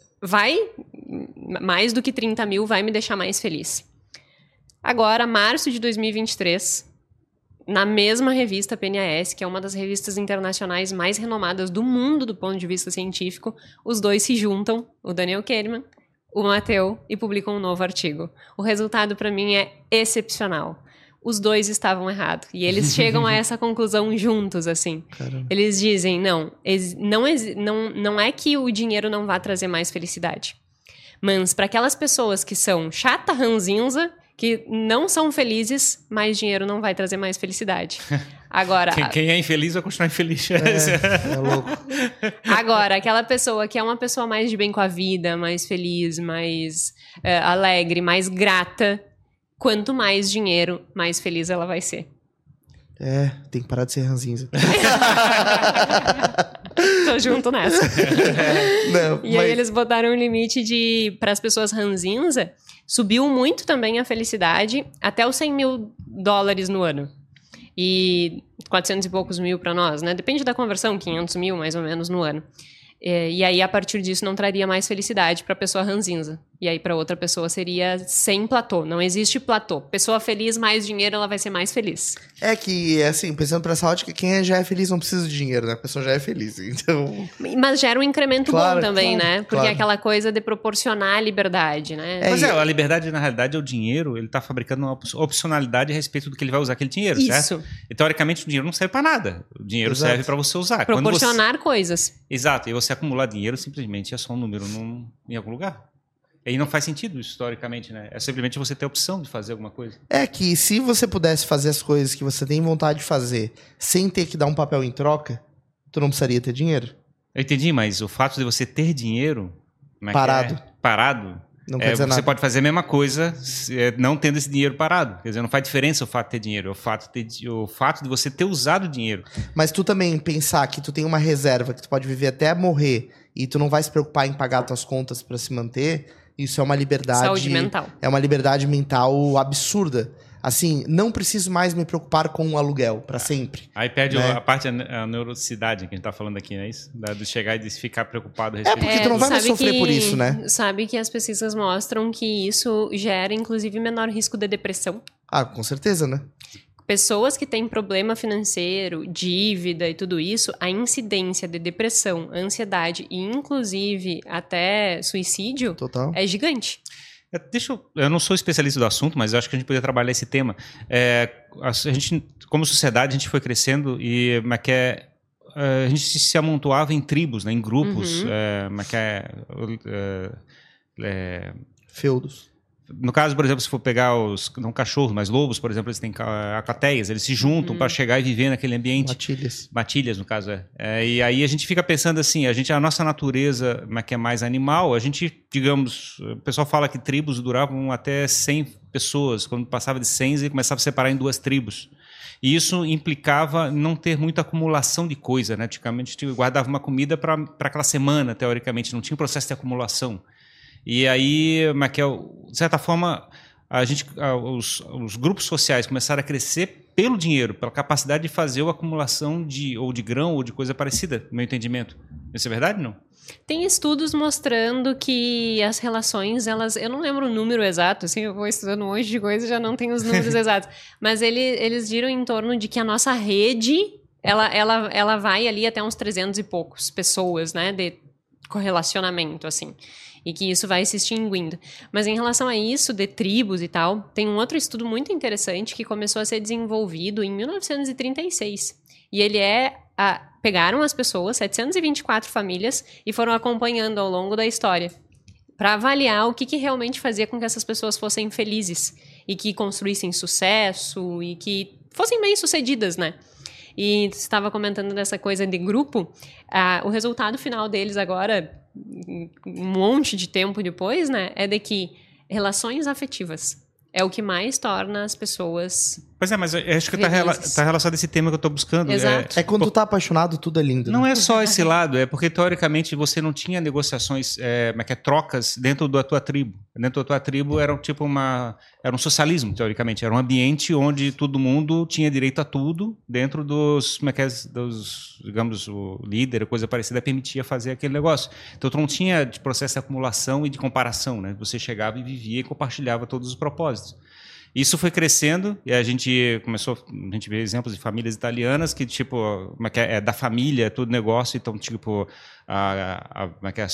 mais do que 30 mil vai me deixar mais feliz. Agora, março de 2023, na mesma revista PNAS, que é uma das revistas internacionais mais renomadas do mundo do ponto de vista científico, os dois se juntam, o Daniel Kahneman, o Mateu, e publicam um novo artigo. O resultado, para mim, é excepcional. Os dois estavam errados. E eles chegam a essa conclusão juntos, assim. Caramba. Eles dizem, não é que o dinheiro não vá trazer mais felicidade. Mas para aquelas pessoas que são chata, ranzinza, que não são felizes, mais dinheiro não vai trazer mais felicidade. Agora, quem é infeliz vai continuar infeliz. É louco. Agora, aquela pessoa que é uma pessoa mais de bem com a vida, mais feliz, mais alegre, mais grata... Quanto mais dinheiro, mais feliz ela vai ser. Tem que parar de ser ranzinza. Tô junto nessa. Não, aí eles botaram um limite para as pessoas ranzinza, subiu muito também a felicidade, até os $100 mil no ano. E 400 e poucos mil para nós, né? Depende da conversão, 500 mil mais ou menos no ano. E aí, a partir disso, não traria mais felicidade para a pessoa ranzinza. E aí, para outra pessoa, seria sem platô. Não existe platô. Pessoa feliz, mais dinheiro, ela vai ser mais feliz. Assim, pensando por essa ótica, quem já é feliz não precisa de dinheiro, né? A pessoa já é feliz, então... Mas gera um incremento bom também, né? Porque claro. É aquela coisa de proporcionar a liberdade, né? A liberdade, na realidade, é o dinheiro, ele tá fabricando uma opcionalidade a respeito do que ele vai usar aquele dinheiro, certo? E, teoricamente, o dinheiro não serve para nada. O dinheiro serve para você usar. Proporcionar coisas. Exato. E você acumular dinheiro simplesmente é só um número em algum lugar. E não faz sentido historicamente, né? É simplesmente você ter a opção de fazer alguma coisa. É que se você pudesse fazer as coisas que você tem vontade de fazer sem ter que dar um papel em troca, tu não precisaria ter dinheiro. Eu entendi, mas o fato de você ter dinheiro... Parado. Parado... Não quer dizer você nada. pode fazer a mesma coisa não tendo esse dinheiro parado. Quer dizer, não faz diferença o fato de ter dinheiro. É o fato de você ter usado o dinheiro. Mas tu também pensar que tu tem uma reserva que tu pode viver até morrer e tu não vai se preocupar em pagar tuas contas pra se manter, isso é uma liberdade... Saúde mental. É uma liberdade mental absurda. Assim, não preciso mais me preocupar com o aluguel pra sempre. Aí perde né? a parte a neuroticidade que a gente tá falando aqui, não é isso? De chegar e de ficar preocupado a respeito. Porque tu não vai mais sofrer por isso, né? Sabe que as pesquisas mostram que isso gera, inclusive, menor risco de depressão. Ah, com certeza, né? Pessoas que têm problema financeiro, dívida e tudo isso, a incidência de depressão, ansiedade e, inclusive, até suicídio Total. é gigante. Eu não sou especialista do assunto, mas eu acho que a gente poderia trabalhar esse tema. A gente, como sociedade, a gente foi crescendo e a gente se amontoava em tribos, né, em grupos. Feudos. No caso, por exemplo, se for pegar não cachorros, mas lobos, por exemplo, eles têm alcateias, eles se juntam para chegar e viver naquele ambiente. Matilhas, no caso, e aí a gente fica pensando assim, a nossa natureza, que é mais animal, a gente, digamos, o pessoal fala que tribos duravam até 100 pessoas, quando passava de 100 e começava a separar em 2 tribos. E isso implicava não ter muita acumulação de coisa, né? Antigamente a gente guardava uma comida para aquela semana, teoricamente, não tinha um processo de acumulação. E aí, de certa forma, os grupos sociais começaram a crescer pelo dinheiro, pela capacidade de fazer a acumulação de grão ou de coisa parecida, no meu entendimento. Isso é verdade, não? Tem estudos mostrando que as relações, eu não lembro o número exato, assim, eu vou estudando um monte de coisa e já não tenho os números exatos, mas eles giram em torno de que a nossa rede, ela vai ali até uns 300 e poucos pessoas, né, de correlacionamento, assim. E que isso vai se extinguindo. Mas em relação a isso, de tribos e tal, tem um outro estudo muito interessante que começou a ser desenvolvido em 1936. E ele pegaram as pessoas, 724 famílias, e foram acompanhando ao longo da história, para avaliar o que realmente fazia com que essas pessoas fossem felizes, e que construíssem sucesso, e que fossem bem-sucedidas, né? E você estava comentando dessa coisa de grupo, o resultado final deles agora, um monte de tempo depois, né, é de que relações afetivas é o que mais torna as pessoas... Pois é, mas eu acho que tá relacionado a esse tema que eu tô buscando. Exato. É quando tu tá apaixonado, tudo é lindo. Não é só esse lado, é porque, teoricamente, você não tinha negociações, trocas dentro da tua tribo. Dentro da tua tribo era tipo era um socialismo, teoricamente. Era um ambiente onde todo mundo tinha direito a tudo, dentro dos, digamos, o líder, coisa parecida, permitia fazer aquele negócio. Então, tu não tinha de processo de acumulação e de comparação, né? Você chegava e vivia e compartilhava todos os propósitos. Isso foi crescendo e a gente vê exemplos de famílias italianas que, tipo, é da família, é tudo negócio, então, tipo, a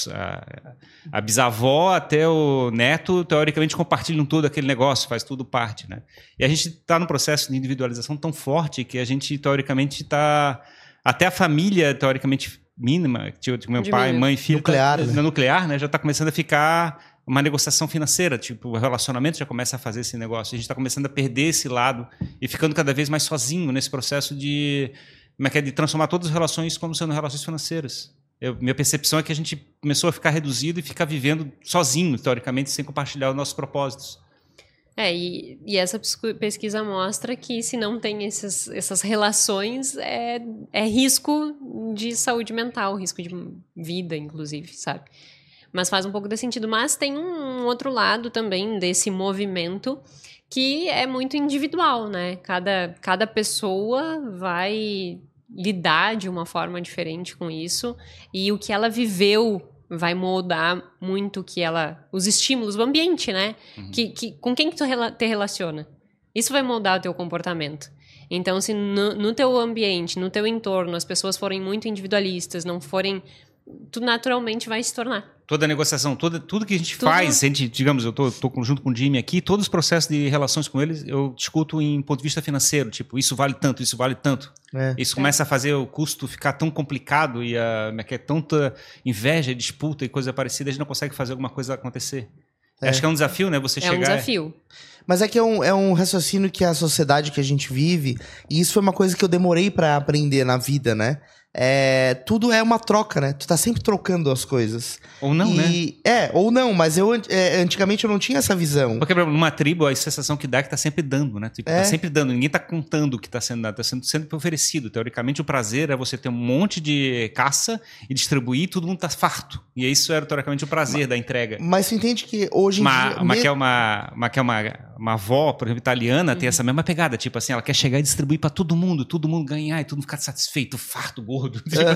bisavó até o neto, teoricamente, compartilham todo aquele negócio, faz tudo parte, né? E a gente está num processo de individualização tão forte que a gente, teoricamente, está... Até a família, teoricamente, mínima, tipo, meu pai, mãe, filho... Nuclear, né? Já está começando a ficar... uma negociação financeira, tipo, o relacionamento já começa a fazer esse negócio. A gente está começando a perder esse lado e ficando cada vez mais sozinho nesse processo de transformar todas as relações como sendo relações financeiras. Minha percepção é que a gente começou a ficar reduzido e ficar vivendo sozinho, teoricamente, sem compartilhar os nossos propósitos. E essa pesquisa mostra que se não tem essas relações, é risco de saúde mental, risco de vida, inclusive, sabe? Mas faz um pouco de sentido. Mas tem um outro lado também desse movimento que é muito individual, né? Cada pessoa vai lidar de uma forma diferente com isso e o que ela viveu vai moldar muito os estímulos, o ambiente, né? Uhum. Com quem que tu te relaciona. Isso vai moldar o teu comportamento. Então, se no teu ambiente, no teu entorno, as pessoas forem muito individualistas, não forem... tu naturalmente vai se tornar. Toda a negociação, tudo que a gente faz, digamos, eu tô junto com o Jimmy aqui, todos os processos de relações com eles, eu discuto em ponto de vista financeiro, tipo, isso vale tanto, isso vale tanto. Isso começa a fazer o custo ficar tão complicado e tanta inveja, disputa e coisa parecida, a gente não consegue fazer alguma coisa acontecer. Acho que é um desafio, né? Você chegar... É um desafio. Mas é que é um raciocínio que a sociedade que a gente vive, e isso foi uma coisa que eu demorei pra aprender na vida, né? Tudo é uma troca, né? Tu tá sempre trocando as coisas. Ou não, né? Ou não, mas antigamente eu não tinha essa visão. Porque, por exemplo, numa tribo, a sensação que dá é que tá sempre dando, né? Tipo, tá sempre dando. Ninguém tá contando o que tá sendo dado. Tá sendo oferecido. Teoricamente, o prazer é você ter um monte de caça e distribuir e todo mundo tá farto. E isso era, teoricamente, o prazer da entrega. Mas tu entende que hoje em dia... Que é uma avó, por exemplo, italiana, tem essa mesma pegada. Tipo assim, ela quer chegar e distribuir pra todo mundo ganhar e todo mundo ficar satisfeito, farto, gordo.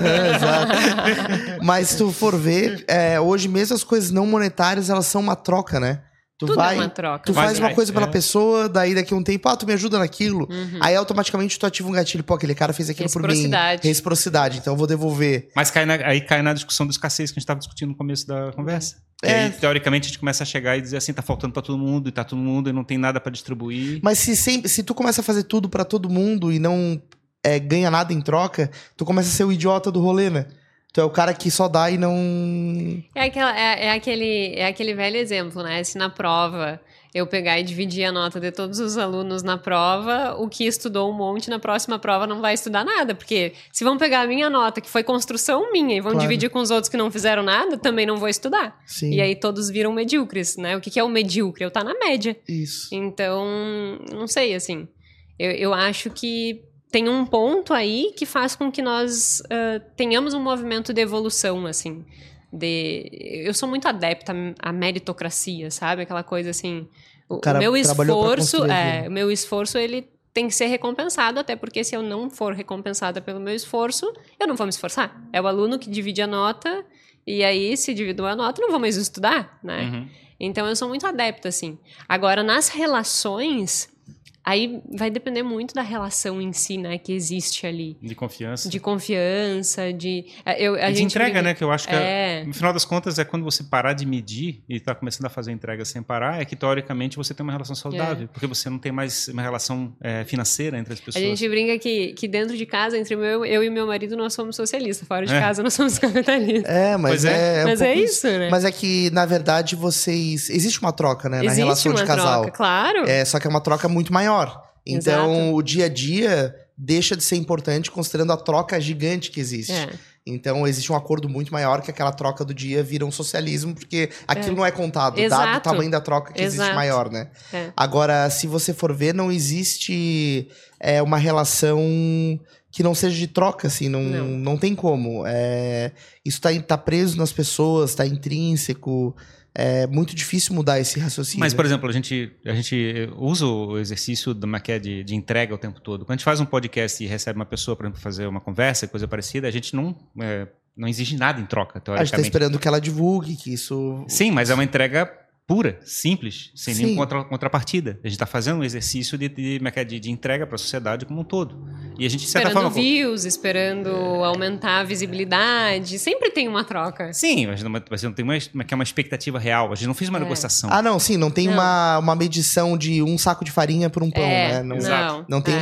Exato. Mas se tu for ver, hoje mesmo as coisas não monetárias, elas são uma troca, né? Tudo é uma troca. Tu faz uma coisa pela pessoa, daí daqui a um tempo, tu me ajuda naquilo. Aí automaticamente tu ativa um gatilho, aquele cara fez aquilo por mim. Reciprocidade. Então eu vou devolver. Mas aí cai na discussão da escassez que a gente estava discutindo no começo da conversa. E aí, teoricamente, a gente começa a chegar e dizer assim, tá faltando pra todo mundo, e tá todo mundo, e não tem nada pra distribuir. Mas se tu começa a fazer tudo pra todo mundo e não ganha nada em troca, tu começa a ser o idiota do rolê, né? Tu é o cara que só dá e não... É aquele velho exemplo, né? Se na prova eu pegar e dividir a nota de todos os alunos na prova, o que estudou um monte na próxima prova não vai estudar nada, porque se vão pegar a minha nota, que foi construção minha, e vão dividir com os outros que não fizeram nada, também não vou estudar. Sim. E aí todos viram medíocres, né? O que é o medíocre? Eu tá na média. Isso. Então, não sei, assim, eu acho que tem um ponto aí que faz com que nós tenhamos um movimento de evolução, assim. Eu sou muito adepta à meritocracia, sabe? Aquela coisa assim... O meu esforço, ele tem que ser recompensado, até porque se eu não for recompensada pelo meu esforço, eu não vou me esforçar. É o aluno que divide a nota, e aí, se dividiu a nota, eu não vou mais estudar, né? Uhum. Então, eu sou muito adepta, assim. Agora, nas relações... Aí vai depender muito da relação em si, né, que existe ali. De confiança. De confiança, de entrega, né, que eu acho que no final das contas é quando você parar de medir e tá começando a fazer entrega sem parar, é que teoricamente você tem uma relação saudável, porque você não tem mais uma relação financeira entre as pessoas. A gente brinca que dentro de casa, entre eu e meu marido, nós somos socialistas, fora de casa nós somos capitalistas. Mas mas é isso, né? Mas é que, na verdade, existe uma troca, né, na relação de casal. Troca, claro. Só que é uma troca muito maior. Então, Exato. o dia a dia deixa de ser importante considerando a troca gigante que existe. Então, existe um acordo muito maior que aquela troca do dia vira um socialismo, porque aquilo não é contado, dado o tamanho da troca que existe maior, né? Agora, se você for ver, não existe uma relação que não seja de troca, assim, não tem como. Isso tá preso nas pessoas, tá intrínseco. É muito difícil mudar esse raciocínio. Mas, por exemplo, a gente usa o exercício da maquete de entrega o tempo todo. Quando a gente faz um podcast e recebe uma pessoa, por exemplo, fazer uma conversa, coisa parecida, a gente não exige nada em troca, teoricamente. A gente está esperando que ela divulgue, que isso... Sim, mas é uma entrega pura, simples, sem nenhuma contrapartida. A gente está fazendo um exercício de entrega para a sociedade como um todo. E a gente, de certa forma, esperando views, esperando aumentar a visibilidade. Sempre tem uma troca. Sim, mas não tem uma expectativa real. A gente não fez uma negociação. Não, sim, não tem uma medição de um saco de farinha por um pão, né? Não tem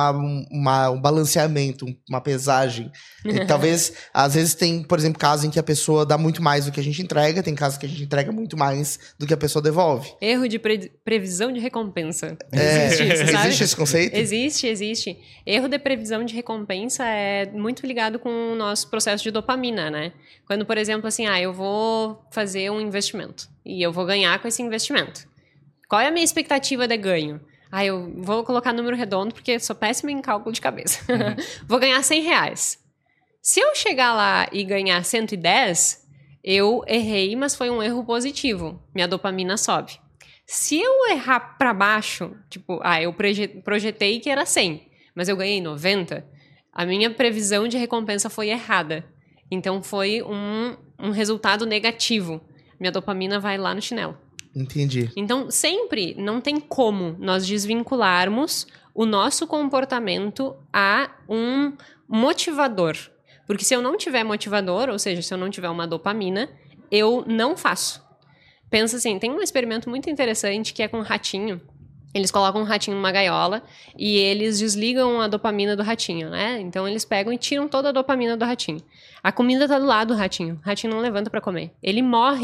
um balanceamento, uma pesagem. E talvez, às vezes tem, por exemplo, casos em que a pessoa dá muito mais do que a gente entrega, tem casos que a gente entrega muito mais do que a pessoa devolve. Erro de previsão de recompensa. Existe isso, sabe? Existe esse conceito? Existe. Erro de previsão de recompensa é muito ligado com o nosso processo de dopamina, né? Quando, por exemplo, assim, eu vou fazer um investimento e eu vou ganhar com esse investimento. Qual é a minha expectativa de ganho? Eu vou colocar número redondo porque sou péssima em cálculo de cabeça. Vou ganhar R$100. Se eu chegar lá e ganhar 110, eu errei, mas foi um erro positivo. Minha dopamina sobe. Se eu errar para baixo, tipo, eu projetei que era 100, mas eu ganhei 90, a minha previsão de recompensa foi errada. Então foi um resultado negativo. Minha dopamina vai lá no chinelo. Entendi. Então, sempre não tem como nós desvincularmos o nosso comportamento a um motivador. Porque se eu não tiver motivador, ou seja, se eu não tiver uma dopamina, eu não faço. Pensa assim, tem um experimento muito interessante que é com um ratinho. Eles colocam um ratinho numa gaiola e eles desligam a dopamina do ratinho, né? Então eles pegam e tiram toda a dopamina do ratinho. A comida tá do lado do ratinho. O ratinho não levanta para comer. Ele morre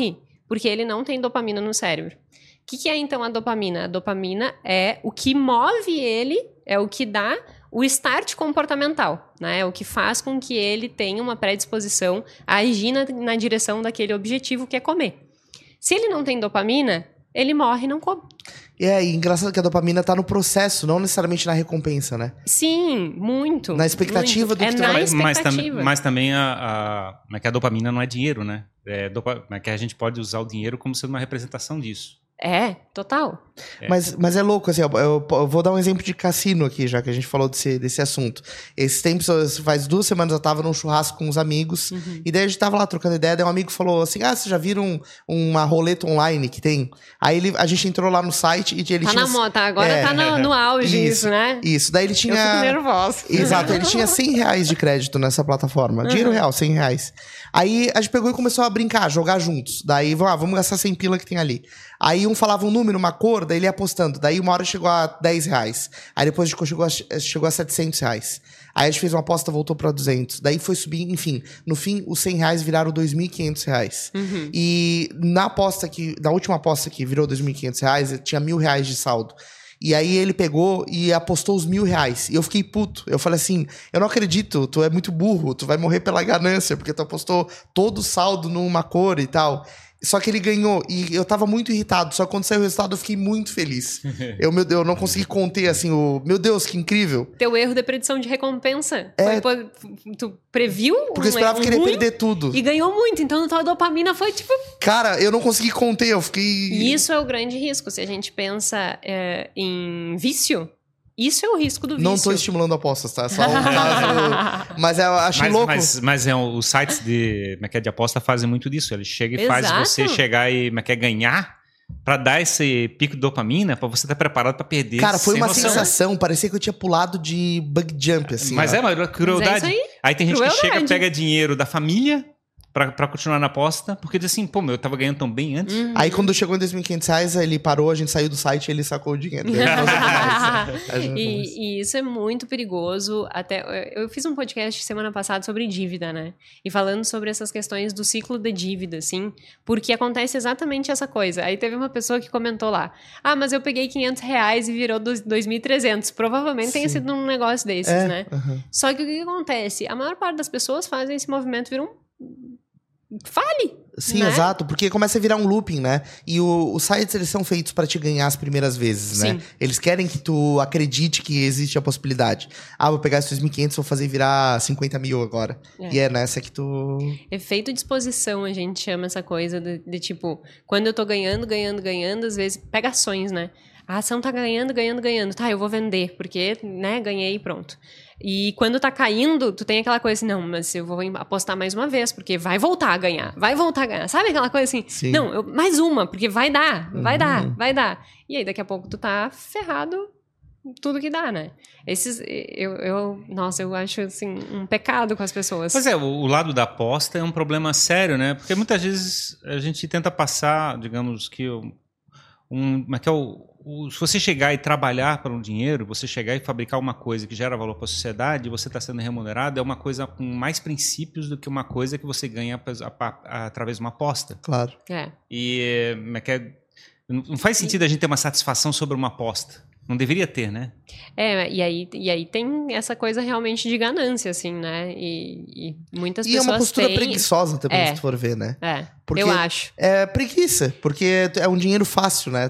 porque ele não tem dopamina no cérebro. O que é, então, a dopamina? A dopamina é o que move ele, é o que dá o start comportamental, né? É o que faz com que ele tenha uma predisposição a agir na direção daquele objetivo que é comer. Se ele não tem dopamina, ele morre e não come. E engraçado que a dopamina tá no processo, não necessariamente na recompensa, né? Sim, muito. Na expectativa muito. do que tu na vai... expectativa. Mas também que a dopamina não é dinheiro, né? Que a gente pode usar o dinheiro como sendo uma representação disso. Total. Mas é louco, assim, eu vou dar um exemplo de cassino aqui, já que a gente falou desse assunto. Esses tempos, faz 2 semanas eu tava num churrasco com uns amigos, e daí a gente tava lá trocando ideia, daí um amigo falou assim, vocês já viram uma roleta online que tem? Aí a gente entrou lá no site e ele tá tinha... na moda, agora tá no auge isso, né? Isso, daí ele tinha... Eu fico nervosa. Exato, ele tinha R$100 de crédito nessa plataforma, dinheiro real, R$100. Aí a gente pegou e começou a brincar, jogar juntos. Daí, vamos gastar 100 pila que tem ali. Aí um falava um número, uma cor, daí ele ia apostando. Daí uma hora chegou a R$10. Aí depois chegou a R$700. Aí a gente fez uma aposta, voltou pra 200. Daí foi subir, enfim. No fim, os R$100 viraram R$2.500. E na última aposta que virou R$2.500, tinha R$1.000 de saldo. E aí ele pegou e apostou os R$1.000. E eu fiquei puto. Eu falei assim, eu não acredito, tu é muito burro, tu vai morrer pela ganância, porque tu apostou todo o saldo numa cor e tal. Só que ele ganhou, e eu tava muito irritado. Só que quando saiu o resultado, eu fiquei muito feliz. Eu não consegui conter, assim, meu Deus, que incrível. Teu erro de predição de recompensa. Tu previu porque eu esperava que ele ia perder tudo. E ganhou muito, então tua dopamina foi tipo... Cara, eu não consegui conter, eu fiquei... E isso é o grande risco. Se a gente pensa em vício... Isso é o risco do vício. Não tô estimulando apostas, tá? Só um caso... Mas eu achei louco. Mas os sites de aposta fazem muito disso. Ele chega e faz você chegar e ganhar pra dar esse pico de dopamina, pra você estar preparado pra perder. Cara, foi uma noção. sensação. Parecia que eu tinha pulado de bug jump, assim. Mas uma crueldade. Aí tem gente que chega e pega dinheiro da família... Pra continuar na aposta, porque diz assim, eu tava ganhando tão bem antes. Aí quando chegou em R$2.500, ele parou, a gente saiu do site e ele sacou o dinheiro. E isso é muito perigoso. Até eu fiz um podcast semana passada sobre dívida, né? E falando sobre essas questões do ciclo de dívida, assim, porque acontece exatamente essa coisa. Aí teve uma pessoa que comentou lá, mas eu peguei R$500 e virou 2.300. Provavelmente tenha sido um negócio desses, né? Só que o que acontece? A maior parte das pessoas fazem esse movimento virar fale! Sim, né? Exato, porque começa a virar um looping, né? E os sites, eles são feitos pra te ganhar as primeiras vezes, né? Eles querem que tu acredite que existe a possibilidade. Vou pegar esses 2.500, vou fazer virar 50 mil agora. E é nessa que tu... Efeito de exposição, a gente chama essa coisa de tipo, quando eu tô ganhando, às vezes, pega ações, né? A ação tá ganhando. Tá, eu vou vender, porque, né, ganhei e pronto. E quando tá caindo, tu tem aquela coisa assim, não, mas eu vou apostar mais uma vez, porque vai voltar a ganhar. Sabe aquela coisa assim? Sim. Não, mais uma, porque vai dar. E aí, daqui a pouco, tu tá ferrado tudo que dá, né? Eu acho, assim, um pecado com as pessoas. Pois o lado da aposta é um problema sério, né? Porque muitas vezes a gente tenta passar, digamos que se você chegar e trabalhar para um dinheiro, você chegar e fabricar uma coisa que gera valor para a sociedade, você está sendo remunerado, é uma coisa com mais princípios do que uma coisa que você ganha através de uma aposta. Claro. E não faz sentido a gente ter uma satisfação sobre uma aposta. Não deveria ter, né? E aí tem essa coisa realmente de ganância, assim, né? E muitas pessoas têm... E é uma postura têm... preguiçosa também, se tu for ver, né? Porque eu acho. É preguiça, porque é um dinheiro fácil, né?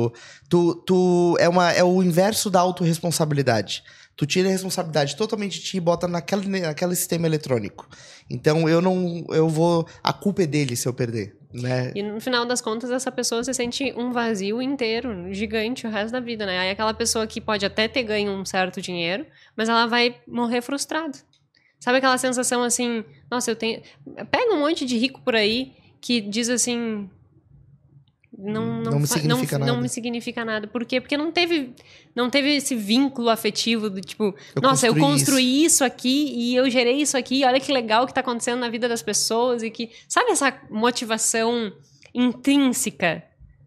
É o inverso da autorresponsabilidade. Tu tira a responsabilidade totalmente de ti e bota naquele sistema eletrônico. Então, a culpa é dele se eu perder, né? E no final das contas, essa pessoa se sente um vazio inteiro, gigante, o resto da vida, né? Aí aquela pessoa que pode até ter ganho um certo dinheiro, mas ela vai morrer frustrada. Sabe aquela sensação assim, nossa, pega um monte de rico por aí que diz assim... Não me significa nada. Por quê? Porque não teve esse vínculo afetivo do tipo, eu construí isso aqui e eu gerei isso aqui, olha que legal que tá acontecendo na vida das pessoas e que... Sabe essa motivação intrínseca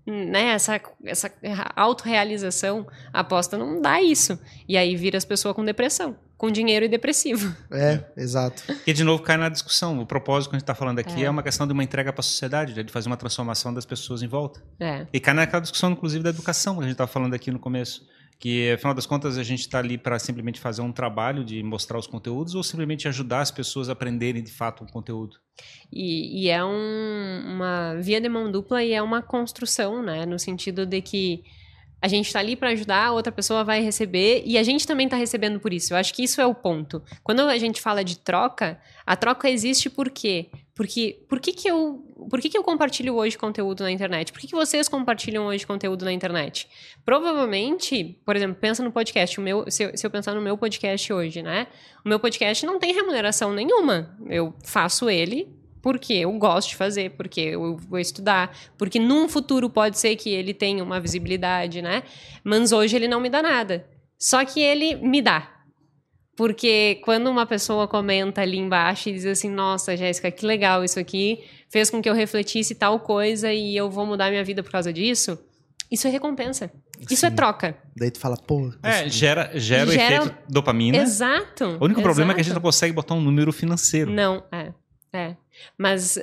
né, essa autorrealização, a aposta não dá isso. E aí vira as pessoas com depressão, com dinheiro e depressivo. Exato. E de novo cai na discussão. O propósito que a gente está falando aqui é uma questão de uma entrega para a sociedade, de fazer uma transformação das pessoas em volta. E cai naquela discussão, inclusive, da educação que a gente estava falando aqui no começo. Que, afinal das contas, a gente está ali para simplesmente fazer um trabalho de mostrar os conteúdos ou simplesmente ajudar as pessoas a aprenderem, de fato, o conteúdo. E é uma via de mão dupla e é uma construção, né? No sentido de que a gente está ali para ajudar, a outra pessoa vai receber e a gente também está recebendo por isso. Eu acho que isso é o ponto. Quando a gente fala de troca, a troca existe por quê? Porque por que eu compartilho hoje conteúdo na internet? Por que vocês compartilham hoje conteúdo na internet? Provavelmente, por exemplo, pensa no podcast. Se eu pensar no meu podcast hoje, né? O meu podcast não tem remuneração nenhuma. Eu faço ele porque eu gosto de fazer, porque eu vou estudar, porque num futuro pode ser que ele tenha uma visibilidade, né? Mas hoje ele não me dá nada. Só que ele me dá. Porque quando uma pessoa comenta ali embaixo e diz assim, nossa, Jéssica, que legal isso aqui, fez com que eu refletisse tal coisa e eu vou mudar minha vida por causa disso, isso é recompensa. Isso é troca. Daí tu fala, pô... Gera o efeito dopamina. Exato. O único problema é que a gente não consegue botar um número financeiro. Não, Mas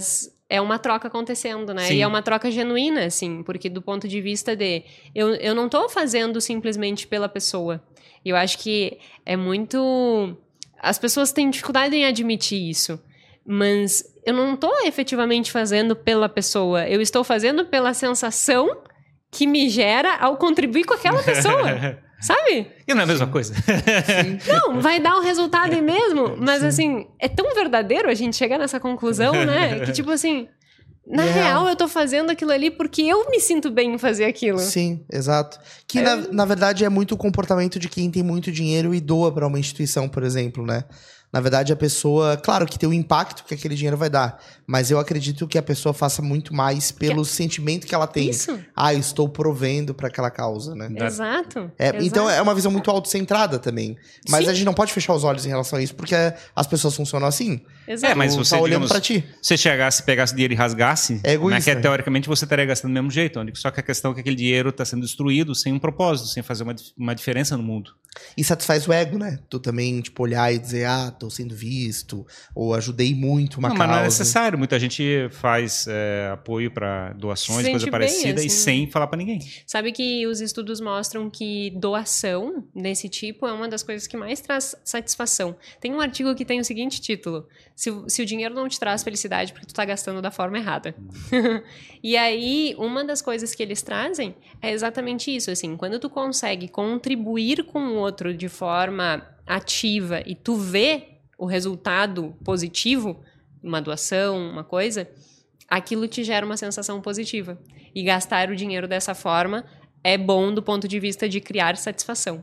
é uma troca acontecendo, né? Sim. E é uma troca genuína, assim, porque do ponto de vista de... Eu não tô fazendo simplesmente pela pessoa. E eu acho que é muito... As pessoas têm dificuldade em admitir isso. Mas eu não tô efetivamente fazendo pela pessoa. Eu estou fazendo pela sensação que me gera ao contribuir com aquela pessoa. Sabe? E não é a mesma coisa. Não, vai dar o resultado aí mesmo. Mas, assim, é tão verdadeiro a gente chegar nessa conclusão, né? Que, tipo assim, na real, eu tô fazendo aquilo ali porque eu me sinto bem em fazer aquilo. Sim, exato. Que, na verdade, é muito o comportamento de quem tem muito dinheiro e doa pra uma instituição, por exemplo, né? Na verdade, a pessoa... Claro que tem o impacto que aquele dinheiro vai dar. Mas eu acredito que a pessoa faça muito mais pelo sentimento que ela tem. Isso. Eu estou provendo para aquela causa, né? Exato. Então, é uma visão muito autocentrada também. Mas Sim. a gente não pode fechar os olhos em relação a isso, porque as pessoas funcionam assim. Exato. Mas Tu você, tá olhando digamos, pra ti. se chegasse, pegasse dinheiro e rasgasse, É egoísta, né, que teoricamente você estaria gastando do mesmo jeito. Só que a questão é que aquele dinheiro está sendo destruído sem um propósito, sem fazer uma diferença no mundo. E satisfaz o ego, né? Tu também, tipo, olhar e dizer, tô sendo visto, ou ajudei muito uma causa. Mas não é necessário. Muita gente faz apoio para doações, Se coisa sente parecida, bem, e assim. sem falar para ninguém. Sabe que os estudos mostram que doação desse tipo é uma das coisas que mais traz satisfação. Tem um artigo que tem o seguinte título: se o dinheiro não te traz felicidade porque tu tá gastando da forma errada. E aí, uma das coisas que eles trazem é exatamente isso, assim, quando tu consegue contribuir com o outro de forma ativa e tu vê o resultado positivo, uma doação, uma coisa, aquilo te gera uma sensação positiva. E gastar o dinheiro dessa forma é bom do ponto de vista de criar satisfação.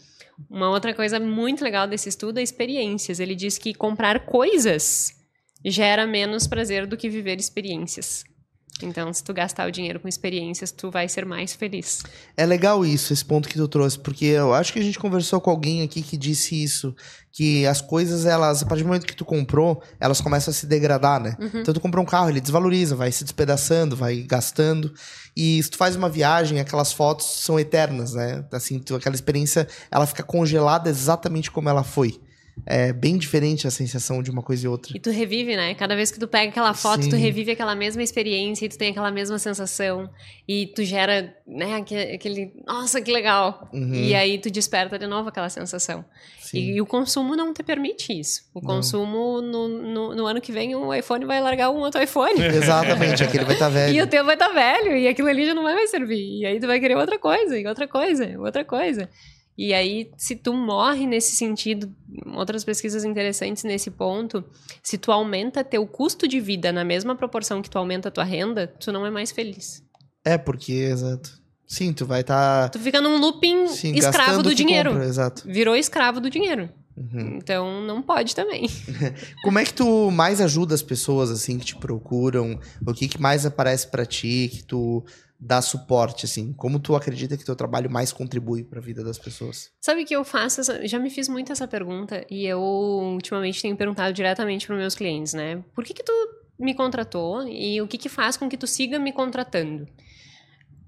Uma outra coisa muito legal desse estudo é experiências. Ele diz que comprar coisas gera menos prazer do que viver experiências. Então, se tu gastar o dinheiro com experiências, tu vai ser mais feliz. É legal isso, esse ponto que tu trouxe, porque eu acho que a gente conversou com alguém aqui que disse isso, que as coisas, elas, a partir do momento que tu comprou, elas começam a se degradar, né? Então, tu comprou um carro, ele desvaloriza, vai se despedaçando, vai gastando, e se tu faz uma viagem, aquelas fotos são eternas, né? Assim, aquela experiência, ela fica congelada exatamente como ela foi. É bem diferente a sensação de uma coisa e outra. E tu revive, né? Cada vez que tu pega aquela foto, Sim. tu revive aquela mesma experiência e tu tem aquela mesma sensação. E tu gera, né, aquele... Nossa, que legal! E aí tu desperta de novo aquela sensação. E o consumo não te permite isso. O consumo, no ano que vem, o iPhone vai largar um outro iPhone. Exatamente, aquele vai estar velho. E o teu vai estar velho, e aquilo ali já não vai mais servir. E aí tu vai querer outra coisa, e outra coisa, outra coisa. E aí, se tu morre nesse sentido, outras pesquisas interessantes nesse ponto, se tu aumenta teu custo de vida na mesma proporção que tu aumenta a tua renda, tu não é mais feliz. Porque, exato. Sim, tu vai estar... Tu fica num looping escravo do dinheiro. Compra, exato. Virou escravo do dinheiro. Então, não pode também. Como é que tu mais ajuda as pessoas, assim, que te procuram? O que mais aparece pra ti, que tu dá suporte, assim? Como tu acredita que teu trabalho mais contribui pra vida das pessoas? Sabe que eu faço... Já me fiz muito essa pergunta e eu, ultimamente, tenho perguntado diretamente para meus clientes, né? Por que tu me contratou e o que faz com que tu siga me contratando?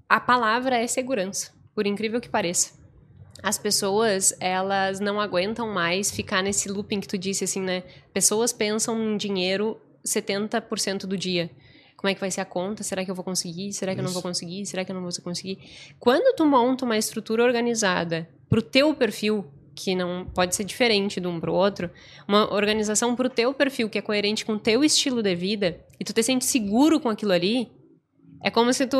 a palavra é segurança, por incrível que pareça. As pessoas, elas não aguentam mais ficar nesse looping que tu disse, assim, né? Pessoas pensam em dinheiro 70% do dia. Como é que vai ser a conta? Será que eu vou conseguir? Será que eu não vou conseguir? Será que eu não vou conseguir? Quando tu monta uma estrutura organizada pro teu perfil, que não pode ser diferente de um pro outro, uma organização pro teu perfil que é coerente com o teu estilo de vida, e tu te sente seguro com aquilo ali, é como se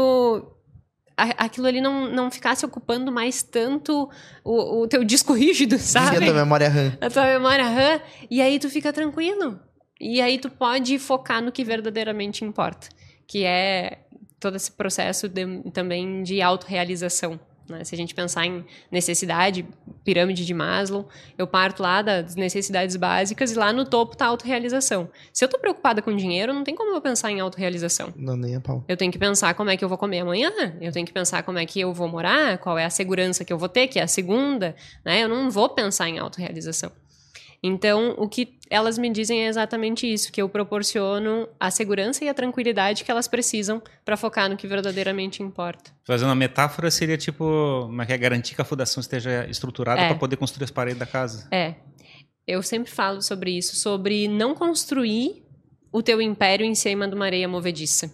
aquilo ali não ficasse ocupando mais tanto o teu disco rígido, sabe? A tua memória RAM. A tua memória RAM. E aí tu fica tranquilo. E aí tu pode focar no que verdadeiramente importa. Que é todo esse processo também de autorrealização. Né? Se a gente pensar em necessidade, pirâmide de Maslow, eu parto lá das necessidades básicas e lá no topo tá a autorrealização. Se eu tô preocupada com dinheiro, não tem como eu pensar em autorrealização. Não, nem a pau. Eu tenho que pensar como é que eu vou comer amanhã, eu tenho que pensar como é que eu vou morar, qual é a segurança que eu vou ter, que é a segunda, né? Eu não vou pensar em autorrealização. Então, o que elas me dizem é exatamente isso, que eu proporciono a segurança e a tranquilidade que elas precisam para focar no que verdadeiramente importa. Fazendo uma metáfora, seria tipo, como é que é, garantir que a fundação esteja estruturada para poder construir as paredes da casa. Eu sempre falo sobre isso, sobre não construir o teu império em cima de uma areia movediça.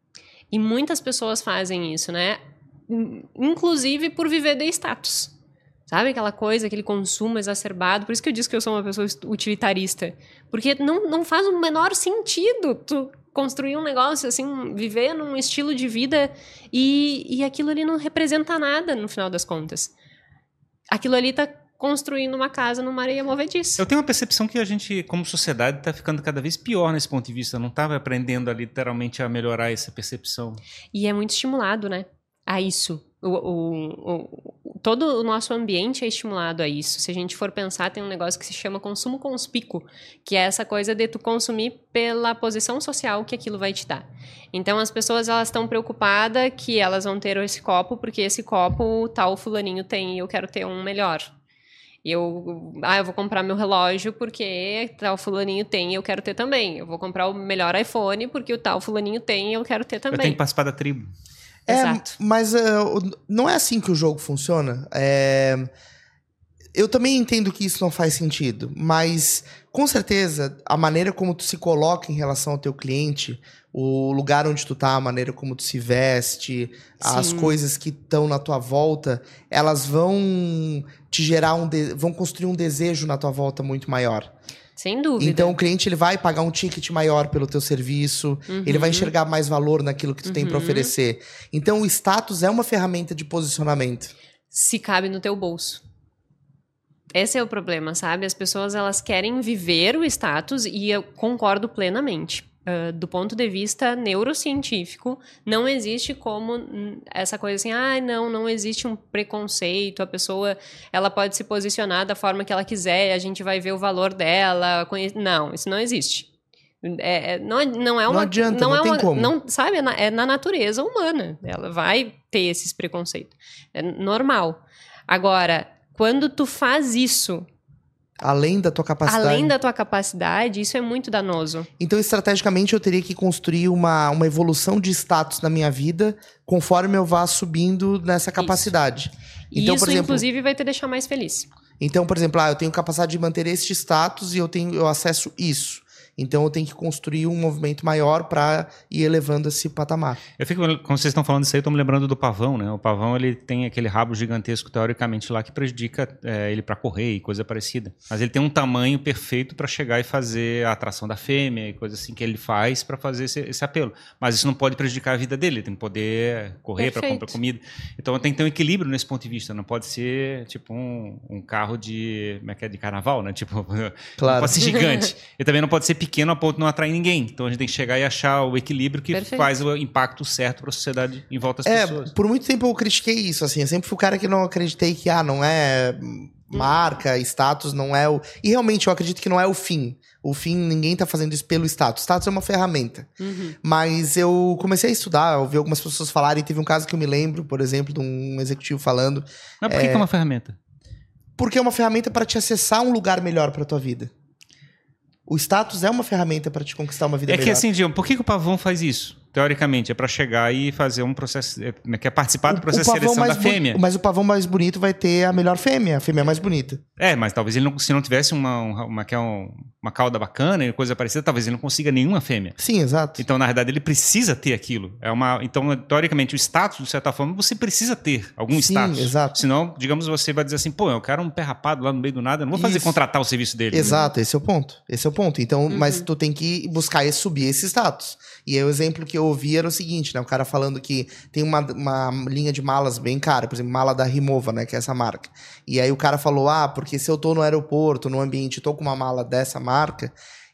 E muitas pessoas fazem isso, né? Inclusive por viver de status. Sabe aquela coisa, aquele consumo exacerbado? Por isso que eu disse que eu sou uma pessoa utilitarista. Porque não faz o menor sentido tu construir um negócio assim, viver num estilo de vida e aquilo ali não representa nada no final das contas. Aquilo ali tá construindo uma casa numa areia movediça. Eu tenho uma percepção que a gente, como sociedade, está ficando cada vez pior nesse ponto de vista. Não estava aprendendo literalmente a melhorar essa percepção. E é muito estimulado, né? A isso. Todo o nosso ambiente é estimulado a isso. Se a gente for pensar, tem um negócio que se chama consumo conspícuo, que é essa coisa de tu consumir pela posição social que aquilo vai te dar. Então, as pessoas elas estão preocupadas que elas vão ter esse copo, porque esse copo tal fulaninho tem e eu quero ter um melhor. Eu vou comprar meu relógio porque tal fulaninho tem e eu quero ter também. Eu vou comprar o melhor iPhone porque o tal fulaninho tem e eu quero ter também. Eu tenho que participar da tribo. Exato. Mas não é assim que o jogo funciona. Eu também entendo que isso não faz sentido, mas com certeza a maneira como tu se coloca em relação ao teu cliente, o lugar onde tu tá, a maneira como tu se veste, as coisas que estão na tua volta, elas vão te gerar vão construir um desejo na tua volta muito maior. Sem dúvida. Então o cliente ele vai pagar um ticket maior pelo teu serviço, ele vai enxergar mais valor naquilo que tu tem para oferecer. Então o status é uma ferramenta de posicionamento. Se cabe no teu bolso. Esse é o problema, sabe? As pessoas elas querem viver o status e eu concordo plenamente. Do ponto de vista neurocientífico, não existe como essa coisa assim, não existe um preconceito, a pessoa ela pode se posicionar da forma que ela quiser, a gente vai ver o valor dela. Não, isso não existe. Não adianta, não tem como. Não, sabe, é na natureza humana. Ela vai ter esses preconceitos. É normal. Agora, quando tu faz isso... Além da tua capacidade, isso é muito danoso. Então, estrategicamente, eu teria que construir uma evolução de status na minha vida conforme eu vá subindo nessa capacidade. Então, isso, por exemplo, inclusive, vai te deixar mais feliz. Então, por exemplo, eu tenho capacidade de manter este status e eu acesso isso. Então, eu tenho que construir um movimento maior para ir elevando esse patamar. Quando vocês estão falando disso aí, eu estou me lembrando do pavão, né? O pavão, ele tem aquele rabo gigantesco, teoricamente, lá, que prejudica ele para correr e coisa parecida. Mas ele tem um tamanho perfeito para chegar e fazer a atração da fêmea e coisa assim que ele faz para fazer esse apelo. Mas isso não pode prejudicar a vida dele, ele tem que poder correr para comprar comida. Então, tem que ter um equilíbrio nesse ponto de vista. Não pode ser, tipo, um carro de carnaval, né? Tipo, claro. Não pode ser gigante. E também não pode ser pequeno a ponto de não atrair ninguém. Então a gente tem que chegar e achar o equilíbrio que faz o impacto certo para a sociedade em volta das pessoas. Por muito tempo eu critiquei isso, assim. Eu sempre fui o cara que não acreditei que, não é marca, status, não é o... E realmente eu acredito que não é o fim. O fim, ninguém tá fazendo isso pelo status. Status é uma ferramenta. Mas eu comecei a estudar, ouvi algumas pessoas falarem. Teve um caso que eu me lembro, por exemplo, de um executivo falando... Mas por que é uma ferramenta? Porque é uma ferramenta para te acessar um lugar melhor para tua vida. O status é uma ferramenta para te conquistar uma vida melhor. É que assim, Diego, por que o pavão faz isso? teoricamente, é para chegar e fazer um processo, quer participar do processo de seleção da fêmea. Mas o pavão mais bonito vai ter a melhor fêmea, a fêmea mais bonita. Mas talvez ele não, se não tivesse uma cauda bacana e coisa parecida, talvez ele não consiga nenhuma fêmea. Sim, exato. Então, na verdade, ele precisa ter aquilo. Então, teoricamente, o status, de certa forma, você precisa ter algum status. Exato. Senão, digamos, você vai dizer assim, pô, eu quero um pé rapado lá no meio do nada, eu não vou fazer contratar o serviço dele. Exato, esse é o ponto. Então, mas tu tem que buscar subir esse status. E aí o exemplo que eu ouvi era o seguinte, né? O cara falando que tem uma linha de malas bem cara, por exemplo, mala da Rimowa, né? Que é essa marca. E aí o cara falou, porque se eu tô no aeroporto, no ambiente, tô com uma mala dessa marca,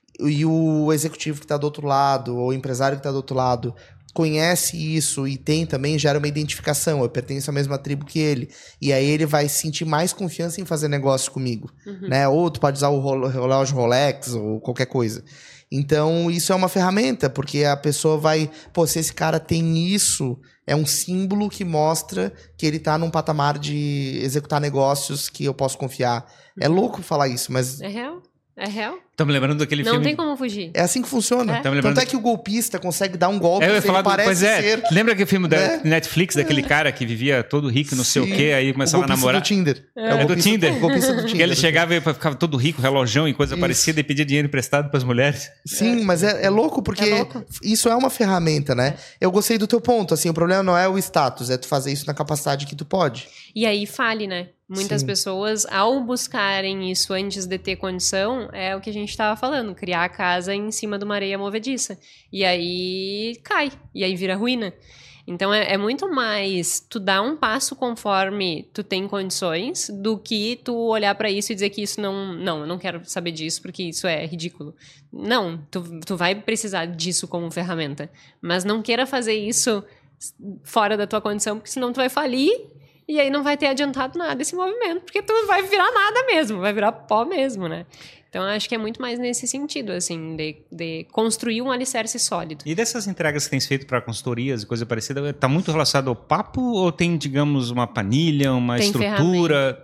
e o executivo que tá do outro lado, ou o empresário que tá do outro lado, conhece isso e tem também, gera uma identificação, eu pertenço à mesma tribo que ele. E aí ele vai sentir mais confiança em fazer negócio comigo, né? Ou tu pode usar o relógio Rolex ou qualquer coisa. Então, isso é uma ferramenta, porque a pessoa vai... Pô, se esse cara tem isso, é um símbolo que mostra que ele tá num patamar de executar negócios que eu posso confiar. É louco falar isso, mas... É real. É real. Tô me lembrando daquele filme... Não tem como fugir. É assim que funciona. Tanto é que o golpista consegue dar um golpe que ele parece ser... Lembra aquele filme da Netflix, daquele cara que vivia todo rico, não sei o quê, aí começava a namorar? Do Tinder. É do Tinder? O golpista do Tinder. Que ele chegava e ficava todo rico, relojão e coisa parecida, e pedia dinheiro emprestado pras mulheres. Sim, mas é louco, porque isso é uma ferramenta, né? Eu gostei do teu ponto, assim, o problema não é o status, é tu fazer isso na capacidade que tu pode. E aí fale, né? Muitas pessoas, ao buscarem isso antes de ter condição, é o que a gente estava falando, criar a casa em cima de uma areia movediça. E aí cai, e aí vira ruína. Então é muito mais tu dar um passo conforme tu tem condições do que tu olhar pra isso e dizer que isso não, eu não quero saber disso porque isso é ridículo. Não, tu vai precisar disso como ferramenta. Mas não queira fazer isso fora da tua condição, porque senão tu vai falir. E aí não vai ter adiantado nada esse movimento, porque tu vai virar nada mesmo, vai virar pó mesmo, né? Então, eu acho que é muito mais nesse sentido, assim, de construir um alicerce sólido. E dessas entregas que tens feito para consultorias e coisa parecida, está muito relacionado ao papo ou tem, digamos, uma planilha, uma estrutura?